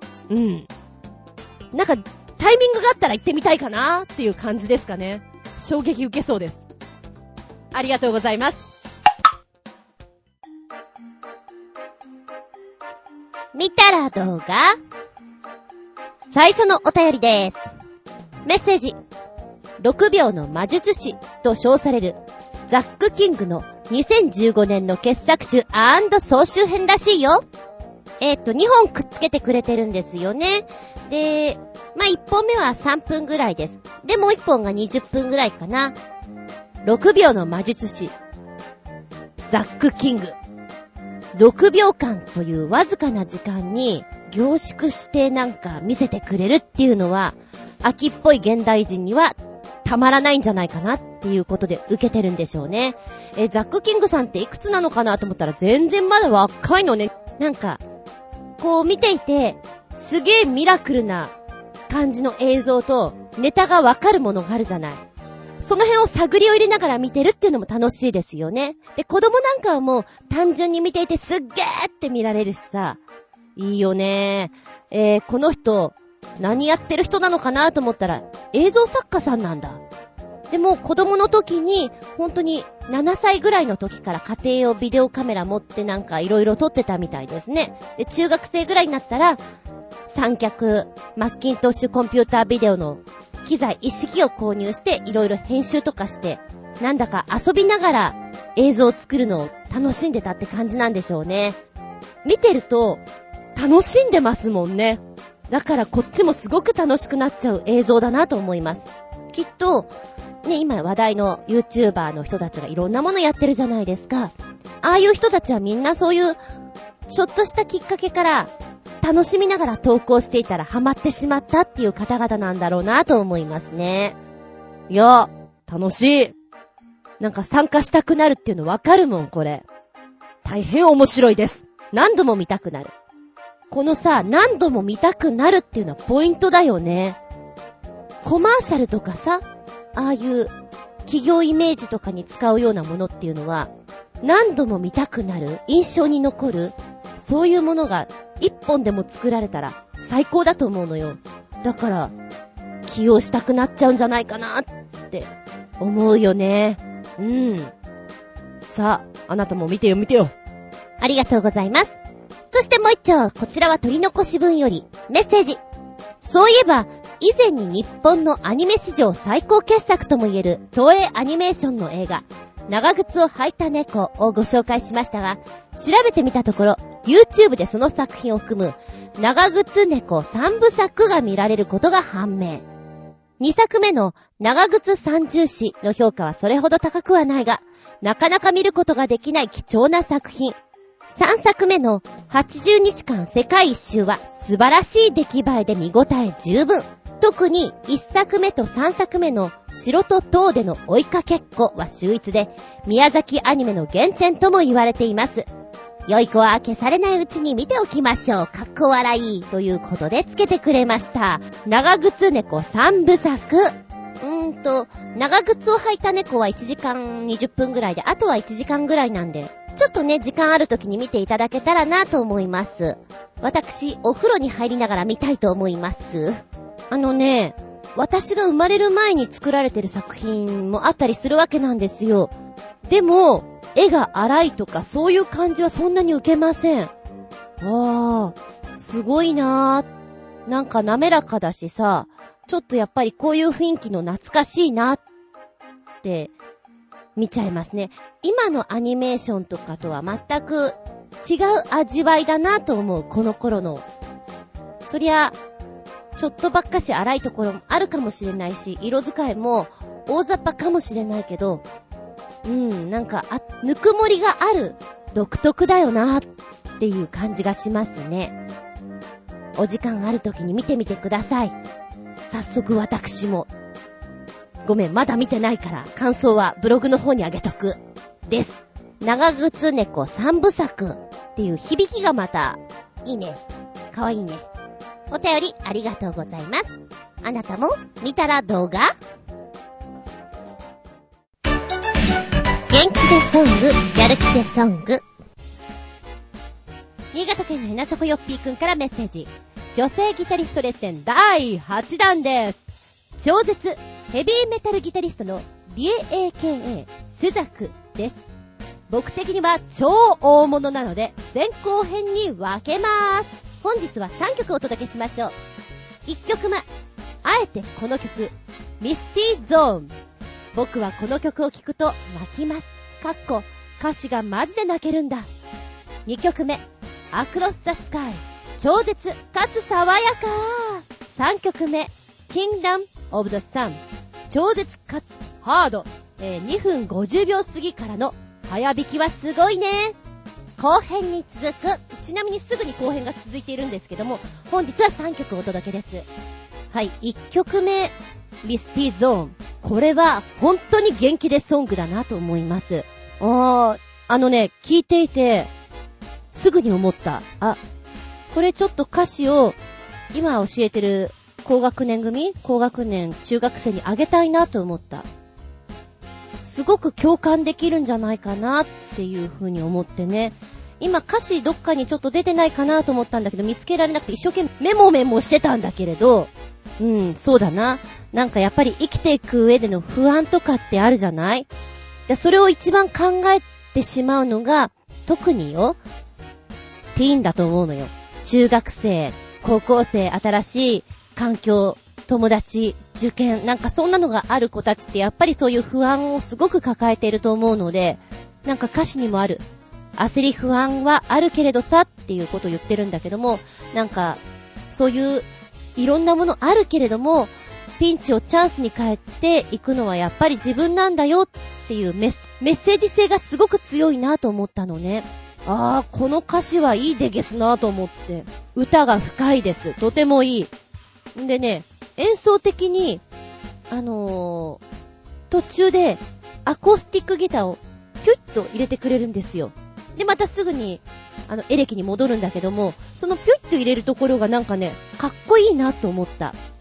なんかタイミングがあったら行ってみたいかなっていう感じですかね。衝撃受けそうです。ありがとうございます。 見たら動画？最初のお便りです。メッセージ。6秒の魔術師と称されるザック・キングの2015年の傑作集&総集編らしいよ。2本くっつけてくれてるんですよね。で、1本目は3分ぐらいです。で、もう1本が20分ぐらいかな。6秒の魔術師ザック・キング。6秒間というわずかな時間に凝縮してなんか見せてくれるっていうのは、秋っぽい現代人にはたまらないんじゃないかなっていうことで受けてるんでしょうね。ザック・キングさんっていくつなのかなと思ったら全然まだ若いのね。なんかこう見ていてすげえミラクルな感じの映像とネタがわかるものがあるじゃない。その辺を探りを入れながら見てるっていうのも楽しいですよね。で、子供なんかはもう単純に見ていてすっげーって見られるしさ、いいよね。この人何やってる人なのかなと思ったら映像作家さんなんだ。でも子供の時に本当に7歳ぐらいの時から家庭用ビデオカメラ持ってなんかいろいろ撮ってたみたいですね。で、中学生ぐらいになったら三脚マッキントッシュコンピュータービデオの機材一式を購入していろいろ編集とかしてなんだか遊びながら映像を作るのを楽しんでたって感じなんでしょうね。見てると楽しんでますもんね。だからこっちもすごく楽しくなっちゃう映像だなと思います。きっとね、今話題の YouTuber の人たちがいろんなものやってるじゃないですか。ああいう人たちはみんなそういうちょっとしたきっかけから楽しみながら投稿していたらハマってしまったっていう方々なんだろうなと思いますね。いや、楽しい。なんか参加したくなるっていうのわかるもん、これ。大変面白いです。何度も見たくなる。このさ、何度も見たくなるっていうのはポイントだよね。 コマーシャルとかさ、ああいう企業イメージとかに使うようなものっていうのは、何度も見たくなる、印象に残る、そういうものが一本でも作られたら最高だと思うのよ。だから起用したくなっちゃうんじゃないかなって思うよね。さあ、あなたも見てよ。 ありがとうございます。そしてもう一丁、こちらは取り残し分よりメッセージ。そういえば以前に日本のアニメ史上最高傑作ともいえる東映アニメーションの映画長靴を履いた猫をご紹介しましたが、調べてみたところ YouTube でその作品を含む長靴猫3部作が見られることが判明。2作目の長靴三重視の評価はそれほど高くはないが、なかなか見ることができない貴重な作品。3作目の80日間世界一周は素晴らしい出来栄えで見応え十分。特に1作目と3作目の城と塔での追いかけっこは秀逸で、宮崎アニメの原点とも言われています。良い子は消されないうちに見ておきましょう。かっこ笑いということでつけてくれました。長靴猫3部作。長靴を履いた猫は1時間20分ぐらいで、あとは1時間ぐらいなんで、ちょっとね、時間ある時に見ていただけたらなと思います。私、お風呂に入りながら見たいと思います。私が生まれる前に作られてる作品もあったりするわけなんですよ。でも、絵が荒いとかそういう感じはそんなに受けません。すごいなぁ。なんか滑らかだしさ、ちょっとやっぱりこういう雰囲気の懐かしいなって見ちゃいますね。今のアニメーションとかとは全く違う味わいだなと思う、この頃の。そりゃ、ちょっとばっかし荒いところもあるかもしれないし、色使いも大雑把かもしれないけど、なんかぬくもりがある独特だよなっていう感じがしますね。お時間ある時に見てみてください。早速私も。ごめん、まだ見てないから感想はブログの方にあげとく。です。長靴猫3部作っていう響きがまたいいね。かわいいね。お便りありがとうございます。あなたも見たら動画？元気でソング、やる気でソング。新潟県のヘナチョコヨッピーくんからメッセージ。女性ギタリスト列戦第8弾です。超絶ヘビーメタルギタリストの DAKA スザクです。僕的には超大物なので前後編に分けます。本日は3曲お届けしましょう。1曲目、あえてこの曲、ミスティゾーン。僕はこの曲を聴くと泣きます。歌詞がマジで泣けるんだ。2曲目、アクロスザスカイ。超絶かつ爽やか。3曲目、キングダムオブザサン。超絶かつハード。2分50秒過ぎからの早弾きはすごいね。後編に続く。ちなみにすぐに後編が続いているんですけども、本日は3曲お届けです。はい、1曲目、ミスティゾーン。これは本当に元気でソングだなと思います。聞いていてすぐに思った。これちょっと歌詞を今教えてる高学年中学生にあげたいなと思った。すごく共感できるんじゃないかなっていう風に思ってね。今歌詞どっかにちょっと出てないかなと思ったんだけど、見つけられなくて一生懸命メモしてたんだけれど、そうだな。なんかやっぱり生きていく上での不安とかってあるじゃない？で、それを一番考えてしまうのが、特によ、ティーンだと思うのよ。中学生、高校生、新しい環境、友達、受験、なんかそんなのがある子たちってやっぱりそういう不安をすごく抱えていると思うので、なんか歌詞にもある、焦り不安はあるけれどさっていうことを言ってるんだけども、なんかそういういろんなものあるけれども、ピンチをチャンスに変えていくのはやっぱり自分なんだよっていうメッセージ性がすごく強いなと思ったのね。この歌詞はいいでゲスなと思って。歌が深いです。とてもいい。でね、演奏的に途中でアコースティックギターをピュッと入れてくれるんですよ。でまたすぐにエレキに戻るんだけども、そのピュッと入れるところがなんかね、かっこいいなと思った。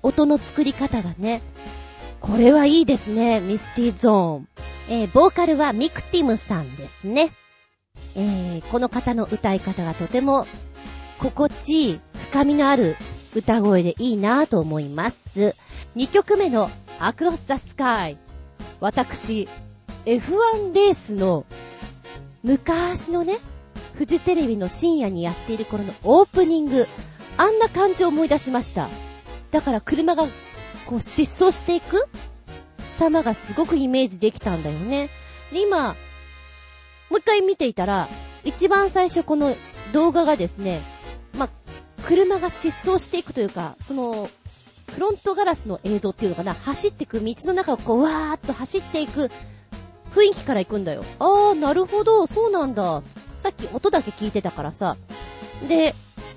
音の作り方がね、これはいいですね。ミスティゾーン。ボーカルはミクティムさんですね。この方の歌い方がとても心地いい、深みのある歌声でいいなと思います。2曲目のアクロスザスカイ。私、F1 レースの昔のね、フジテレビの深夜にやっている頃のオープニング、あんな感じを思い出しました。だから車がこう疾走していく様がすごくイメージできたんだよね。で、今、もう一回見ていたら、一番最初この動画がですね、車が疾走していくというか、その、フロントガラスの映像っていうのかな、走っていく道の中をこう、わーっと走っていく雰囲気から行くんだよ。あー、なるほど、そうなんだ。さっき音だけ聞いてたからさ。で、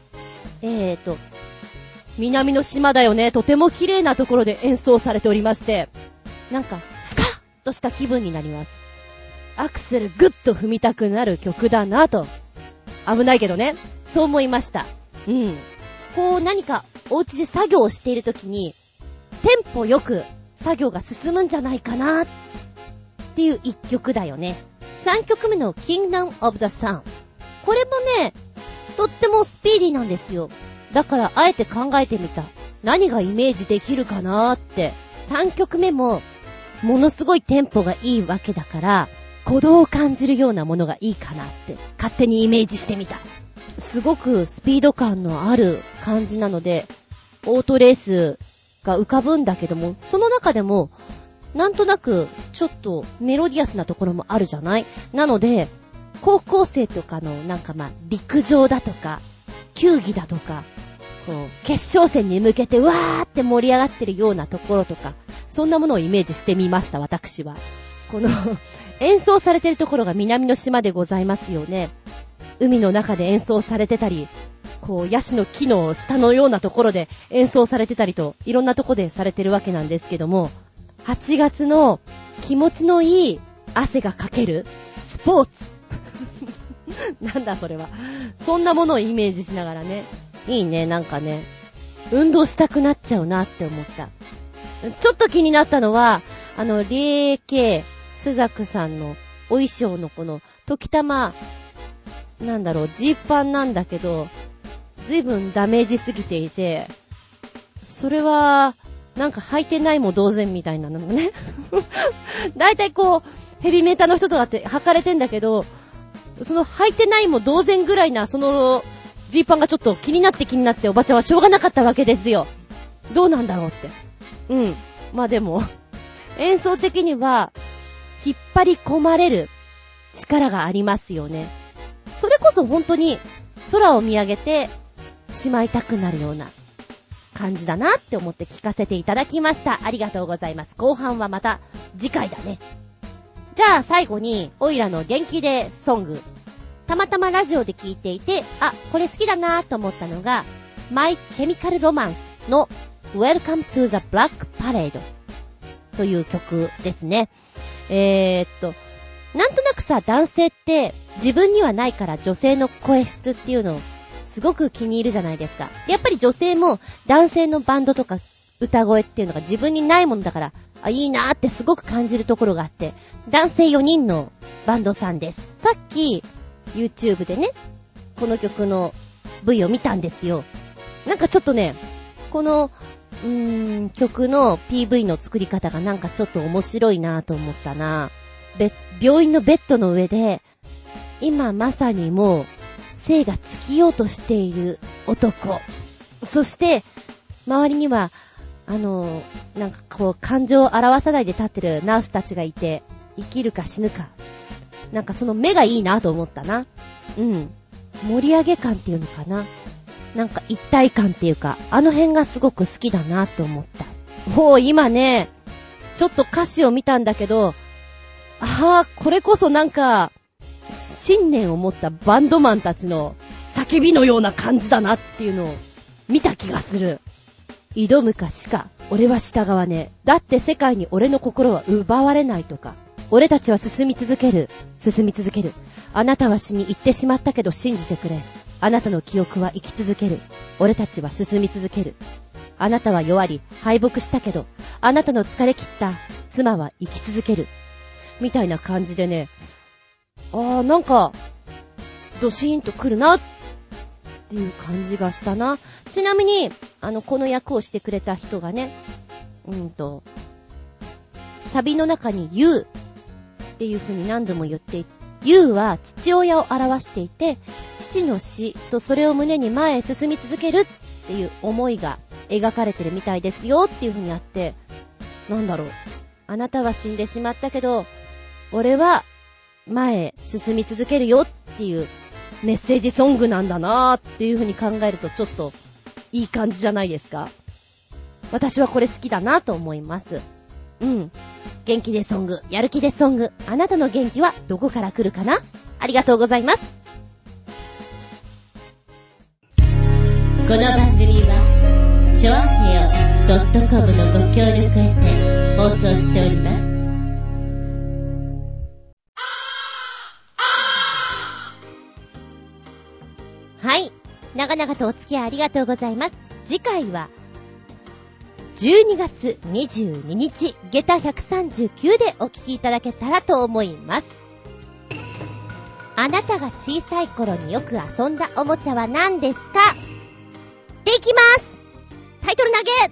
南の島だよね。とても綺麗なところで演奏されておりまして、なんか、スカッとした気分になります。アクセルグッと踏みたくなる曲だなと。危ないけどね。そう思いました。うん。こう何かお家で作業をしているときに、テンポよく作業が進むんじゃないかなっていう一曲だよね。3曲目の Kingdom of the Sun。これもね、とってもスピーディーなんですよ。だからあえて考えてみた。何がイメージできるかなって。3曲目もものすごいテンポがいいわけだから、鼓動を感じるようなものがいいかなって勝手にイメージしてみた。すごくスピード感のある感じなので、オートレースが浮かぶんだけども、その中でもなんとなくちょっとメロディアスなところもあるじゃない。なので高校生とかのなんか陸上だとか球技だとか、こう決勝戦に向けてわーって盛り上がってるようなところとか、そんなものをイメージしてみました。私はこの演奏されてるところが南の島でございますよね。海の中で演奏されてたり、こうヤシの木の下のようなところで演奏されてたりと、いろんなところでされてるわけなんですけども、8月の気持ちのいい汗がかけるスポーツなんだそれは。そんなものをイメージしながらね、いいね。なんかね、運動したくなっちゃうなって思った。ちょっと気になったのは、リエケスザクさんのお衣装のこの時たまジーパンなんだけど、ずいぶんダメージすぎていて、それはなんか履いてないも同然みたいなのねだいたいこうヘビメーターの人とかって履かれてんだけど、その履いてないも同然ぐらいなそのジーパンがちょっと気になっておばちゃんはしょうがなかったわけですよ。どうなんだろうって。でも演奏的には引っ張り込まれる力がありますよね。それこそ本当に空を見上げてしまいたくなるような感じだなって思って聞かせていただきました。ありがとうございます。後半はまた次回だね。じゃあ最後にオイラの元気でソング、たまたまラジオで聞いていて、これ好きだなと思ったのがMy Chemical Romance の Welcome to the Black Parade という曲ですね。なんとなくさ、男性って自分にはないから女性の声質っていうのをすごく気に入るじゃないですか。でやっぱり女性も男性のバンドとか歌声っていうのが自分にないものだから、いいなーってすごく感じるところがあって、男性4人のバンドさんです。さっき YouTube でね、この曲の V を見たんですよ。なんかちょっとね、この曲の PV の作り方がなんかちょっと面白いなと思ったな。病院のベッドの上で今まさにもう生が尽きようとしている男、そして周りにはなんかこう感情を表さないで立ってるナースたちがいて、生きるか死ぬか、なんかその目がいいなと思ったな。盛り上げ感っていうのかな、なんか一体感っていうか、あの辺がすごく好きだなと思った。もう今ね、ちょっと歌詞を見たんだけど、これこそなんか信念を持ったバンドマンたちの叫びのような感じだなっていうのを見た気がする。挑むか死か、俺は従わねえ。だって世界に俺の心は奪われないとか。俺たちは進み続ける。あなたは死に行ってしまったけど信じてくれ。あなたの記憶は生き続ける。俺たちは進み続ける。 あなたは弱り敗北したけど、あなたの疲れ切った妻は生き続ける。みたいな感じでね、なんか、ドシーンと来るなっていう感じがしたな。ちなみに、この役をしてくれた人がね、サビの中に You っていう風に何度も言っていて、You は父親を表していて、父の死とそれを胸に前へ進み続けるっていう思いが描かれてるみたいですよっていう風にあって、あなたは死んでしまったけど、俺は前へ進み続けるよっていうメッセージソングなんだなーっていう風に考えるとちょっといい感じじゃないですか。私はこれ好きだなと思います。元気でソング、やる気でソング、あなたの元気はどこから来るかな？ありがとうございます。 この番組はちょあへよ .com のご協力を得て放送しております。はい、長々とお付き合いありがとうございます。次回は12月22日下駄139でお聞きいただけたらと思います。あなたが小さい頃によく遊んだおもちゃは何ですか？できます。タイトル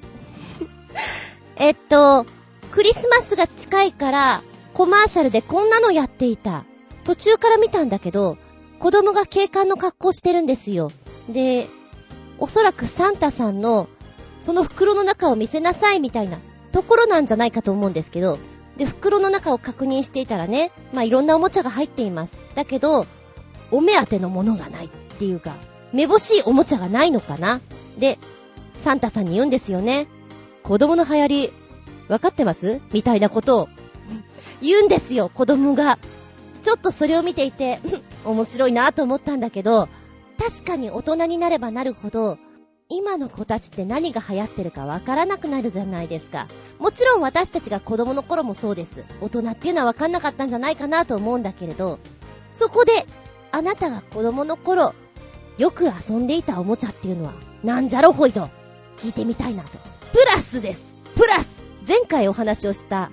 投げクリスマスが近いからコマーシャルでこんなのやっていた。途中から見たんだけど、子供が警官の格好してるんですよ。で、おそらくサンタさんのその袋の中を見せなさいみたいなところなんじゃないかと思うんですけど、で、袋の中を確認していたらね、いろんなおもちゃが入っています。だけど、お目当てのものがないっていうか、めぼしいおもちゃがないのかな。で、サンタさんに言うんですよね。子供の流行り、わかってます？みたいなことを言うんですよ、子供が。ちょっとそれを見ていて、面白いなと思ったんだけど、確かに大人になればなるほど、今の子たちって何が流行ってるかわからなくなるじゃないですか。もちろん私たちが子供の頃もそうです。大人っていうのはわかんなかったんじゃないかなと思うんだけれど、そこであなたが子供の頃よく遊んでいたおもちゃっていうのはなんじゃろほいと聞いてみたいなと。プラスです。プラス前回お話をした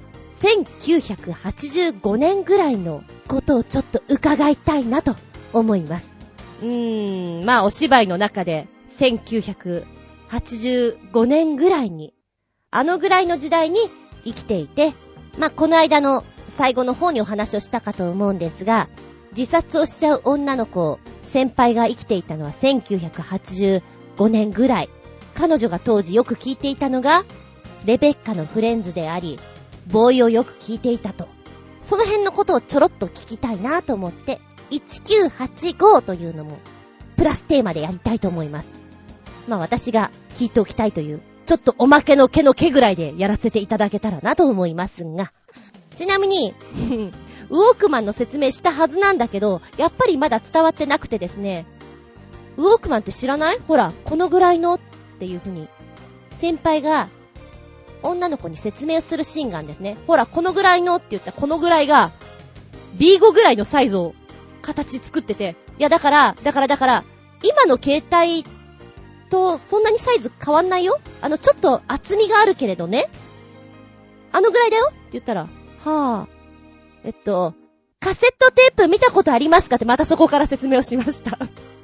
1985年ぐらいのことをちょっと伺いたいなと思います。お芝居の中で1985年ぐらいに、あのぐらいの時代に生きていて、この間の最後の方にお話をしたかと思うんですが、自殺をしちゃう女の子、先輩が生きていたのは1985年ぐらい。彼女が当時よく聞いていたのが、レベッカのフレンズであり、ボーイをよく聞いていたと。その辺のことをちょろっと聞きたいなと思って、1985というのも、プラステーマでやりたいと思います。私が聞いておきたいという、ちょっとおまけの毛の毛ぐらいでやらせていただけたらなと思いますが、ちなみに、ウォークマンの説明したはずなんだけど、やっぱりまだ伝わってなくてですね、ウォークマンって知らない？ほら、このぐらいのっていう風に、先輩が女の子に説明するシーンがあるんですね。ほら、このぐらいのって言ったこのぐらいが、B5 ぐらいのサイズを形作ってて、いやだから、今の携帯とそんなにサイズ変わんないよ。ちょっと厚みがあるけれどね。あのぐらいだよって言ったら、カセットテープ見たことありますかってまたそこから説明をしました。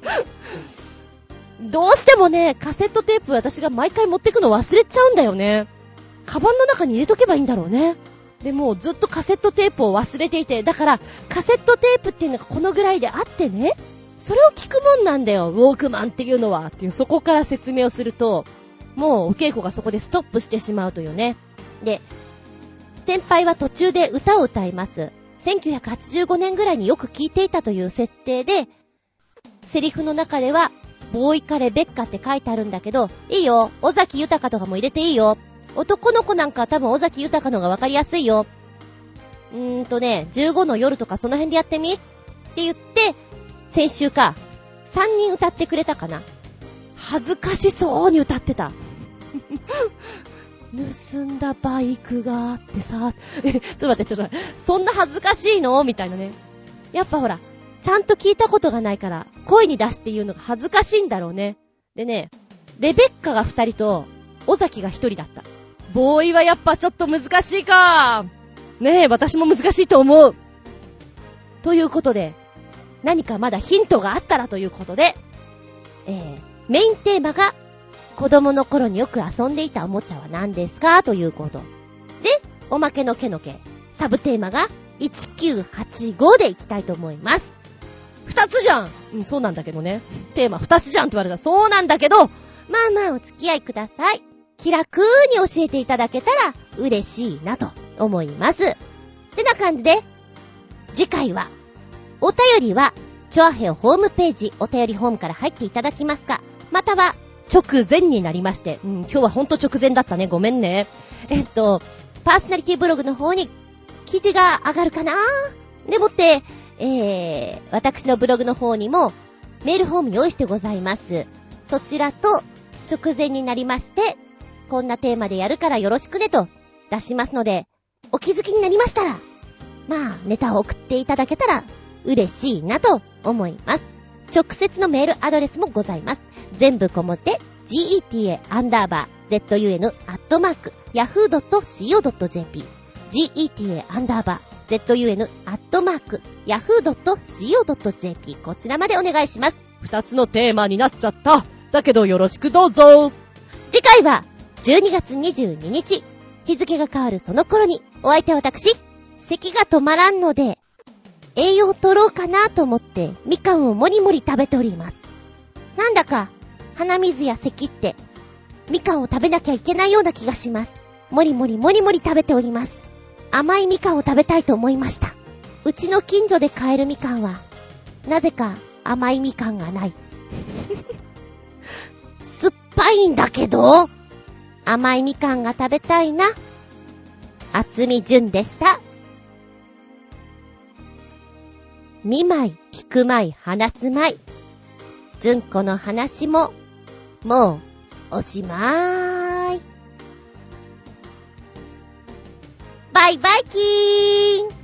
どうしてもね、カセットテープ私が毎回持ってくの忘れちゃうんだよね。カバンの中に入れとけばいいんだろうね。でもずっとカセットテープを忘れていて、だからカセットテープっていうのがこのぐらいであってね、それを聞くもんなんだよ、ウォークマンっていうのはっていう、そこから説明をすると、もうお稽古がそこでストップしてしまうというね。で、先輩は途中で歌を歌います。1985年ぐらいによく聞いていたという設定で、セリフの中ではボーイかレベッカって書いてあるんだけど、いいよ、尾崎豊とかも入れていいよ。男の子なんかは多分尾崎豊のがわかりやすいよ。15の夜とかその辺でやってみって言って、先週か、3人歌ってくれたかな。恥ずかしそうに歌ってた。盗んだバイクがあってさ、ちょっと待って、そんな恥ずかしいのみたいなね。やっぱほら、ちゃんと聞いたことがないから、声に出して言うのが恥ずかしいんだろうね。でね、レベッカが2人と、 尾崎が一人だった。ボーイはやっぱちょっと難しいか。ねえ、私も難しいと思う。ということで、何かまだヒントがあったらということで、メインテーマが子供の頃によく遊んでいたおもちゃは何ですかということで、おまけのけのけサブテーマが1985でいきたいと思います。二つじゃん。そうなんだけどね。テーマ二つじゃんって言われたらそうなんだけど、まあまあお付き合いください。気楽に教えていただけたら嬉しいなと思います。ってな感じで、次回はお便りはチョアヘオホームページお便りホームから入っていただきますか、または直前になりまして、今日はほんと直前だったね、ごめんね。パーソナリティブログの方に記事が上がるかな。でもって、私のブログの方にもメールフォーム用意してございます。そちらと直前になりまして、こんなテーマでやるからよろしくねと出しますので、お気づきになりましたら、まあネタを送っていただけたら嬉しいなと思います。直接のメールアドレスもございます。全部小文字で geta_zun@yahoo.co.jp geta_zun@yahoo.co.jp こちらまでお願いします。二つのテーマになっちゃった。だけどよろしくどうぞ。次回は12月22日、日付が変わるその頃に、お相手は私、咳が止まらんので、栄養を取ろうかなと思ってみかんをもりもり食べております。なんだか鼻水や咳ってみかんを食べなきゃいけないような気がします。もりもりもりもり食べております。甘いみかんを食べたいと思いました。うちの近所で買えるみかんはなぜか甘いみかんがない。酸っぱいんだけど甘いみかんが食べたいな。厚み純でした。見舞い、聞く舞い、話す舞い。純子の話も、もう、おしまーい。バイバイキーン。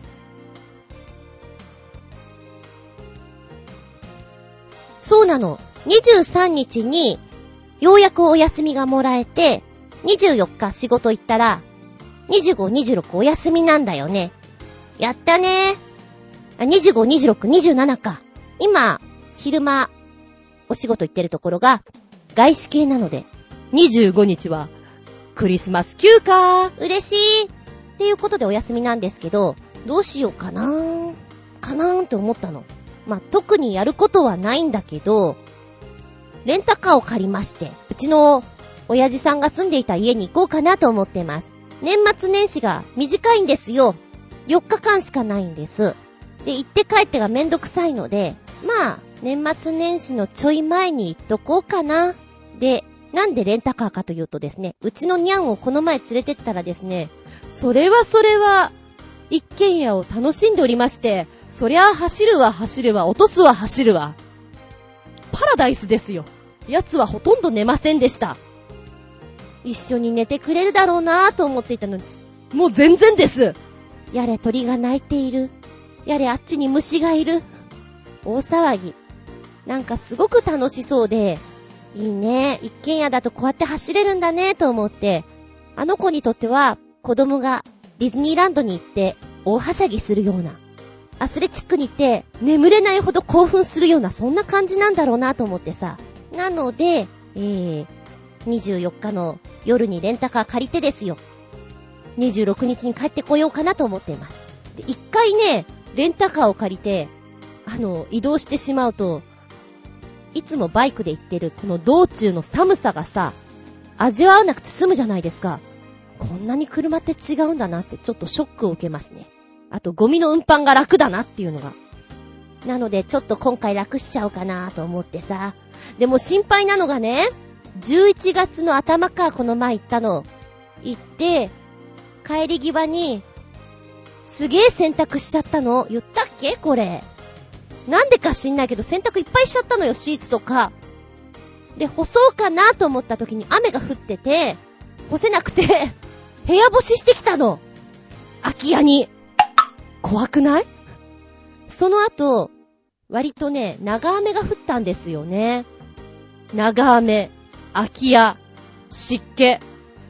そうなの。23日に、ようやくお休みがもらえて、24日仕事行ったら、25、26お休みなんだよね。やったねー。25、26、27か。今、昼間、お仕事行ってるところが、外資系なので、25日は、クリスマス休暇。嬉しい。っていうことでお休みなんですけど、どうしようかなーって思ったの。まあ、特にやることはないんだけど、レンタカーを借りまして、うちの親父さんが住んでいた家に行こうかなと思ってます。年末年始が短いんですよ。4日間しかないんです。で、行って帰ってがめんどくさいので、まあ、年末年始のちょい前に行っとこうかな。で、なんでレンタカーかというとですね、うちのニャンをこの前連れてったらですね、それは、一軒家を楽しんでおりまして、そりゃあ走るわ、落とすわ、走るわ。パラダイスですよ。奴はほとんど寝ませんでした。一緒に寝てくれるだろうなぁと思っていたのに、もう全然です。やれ鳥が鳴いている。やれあっちに虫がいる。大騒ぎ。なんかすごく楽しそうで、いいね。一軒家だとこうやって走れるんだねと思って、あの子にとっては子供がディズニーランドに行って大はしゃぎするような、アスレチックに行って眠れないほど興奮するような、そんな感じなんだろうなと思ってさ。なので、24日の夜にレンタカー借りてですよ。26日に帰ってこようかなと思っています。で、一回ね、レンタカーを借りて、移動してしまうと、いつもバイクで行ってるこの道中の寒さがさ、味わわなくて済むじゃないですか。こんなに車って違うんだなってちょっとショックを受けますね。あとゴミの運搬が楽だなっていうのが。なのでちょっと今回楽しちゃおうかなと思ってさ。でも心配なのがね、11月の頭かこの前行ったの。行って、帰り際に、すげえ洗濯しちゃったの。言ったっけこれ。なんでか知んないけど洗濯いっぱいしちゃったのよ、シーツとか。で、干そうかなと思った時に雨が降ってて、干せなくて、部屋干ししてきたの。空き家に。怖くない？その後、割とね、長雨が降ったんですよね。長雨、空き家、湿気。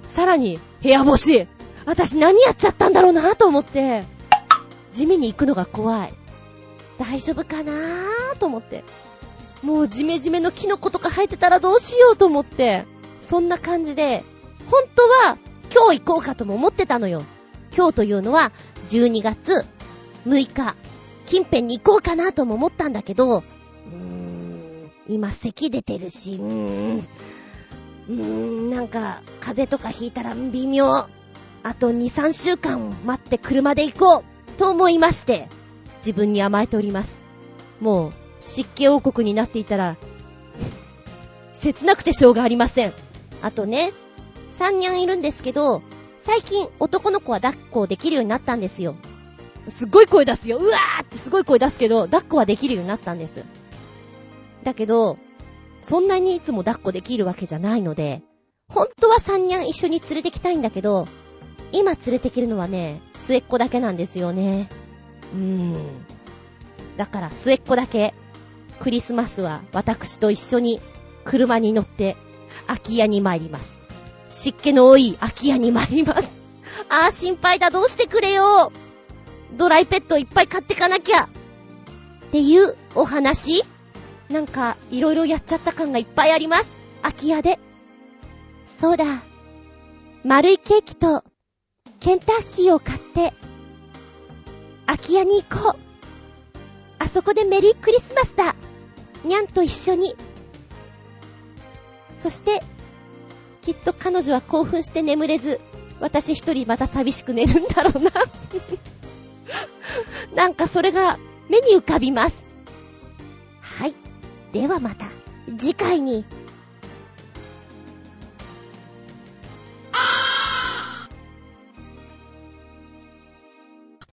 さらに部屋干し。私何やっちゃったんだろうなと思って、地味に行くのが怖い。大丈夫かなーと思って。もうジメジメのキノコとか生えてたらどうしようと思って、そんな感じで、本当は今日行こうかとも思ってたのよ。今日というのは12月6日近辺に行こうかなとも思ったんだけど、今咳出てるし、なんか風邪とかひいたら微妙。あと 2,3 週間待って車で行こうと思いまして、自分に甘えております。もう湿気王国になっていたら切なくてしょうがありません。あとね、3にゃんいるんですけど、最近男の子は抱っこできるようになったんですよ。すっごい声出すよ。うわーってすごい声出すけど、抱っこはできるようになったんです。だけど、そんなにいつも抱っこできるわけじゃないので、本当は3にゃん一緒に連れてきたいんだけど、今連れてきるのはね、末っ子だけなんですよね。だから末っ子だけ、クリスマスは私と一緒に車に乗って空き家に参ります。湿気の多い空き家に参ります。あー心配だ、どうしてくれよ。ドライペットいっぱい買ってかなきゃっていうお話。なんかいろいろやっちゃった感がいっぱいあります。空き家で。そうだ、丸いケーキとケンタッキーを買って空き家に行こう。あそこでメリークリスマスだ、にゃんと一緒に。そしてきっと彼女は興奮して眠れず、私一人また寂しく寝るんだろうななんかそれが目に浮かびます。はい、ではまた次回に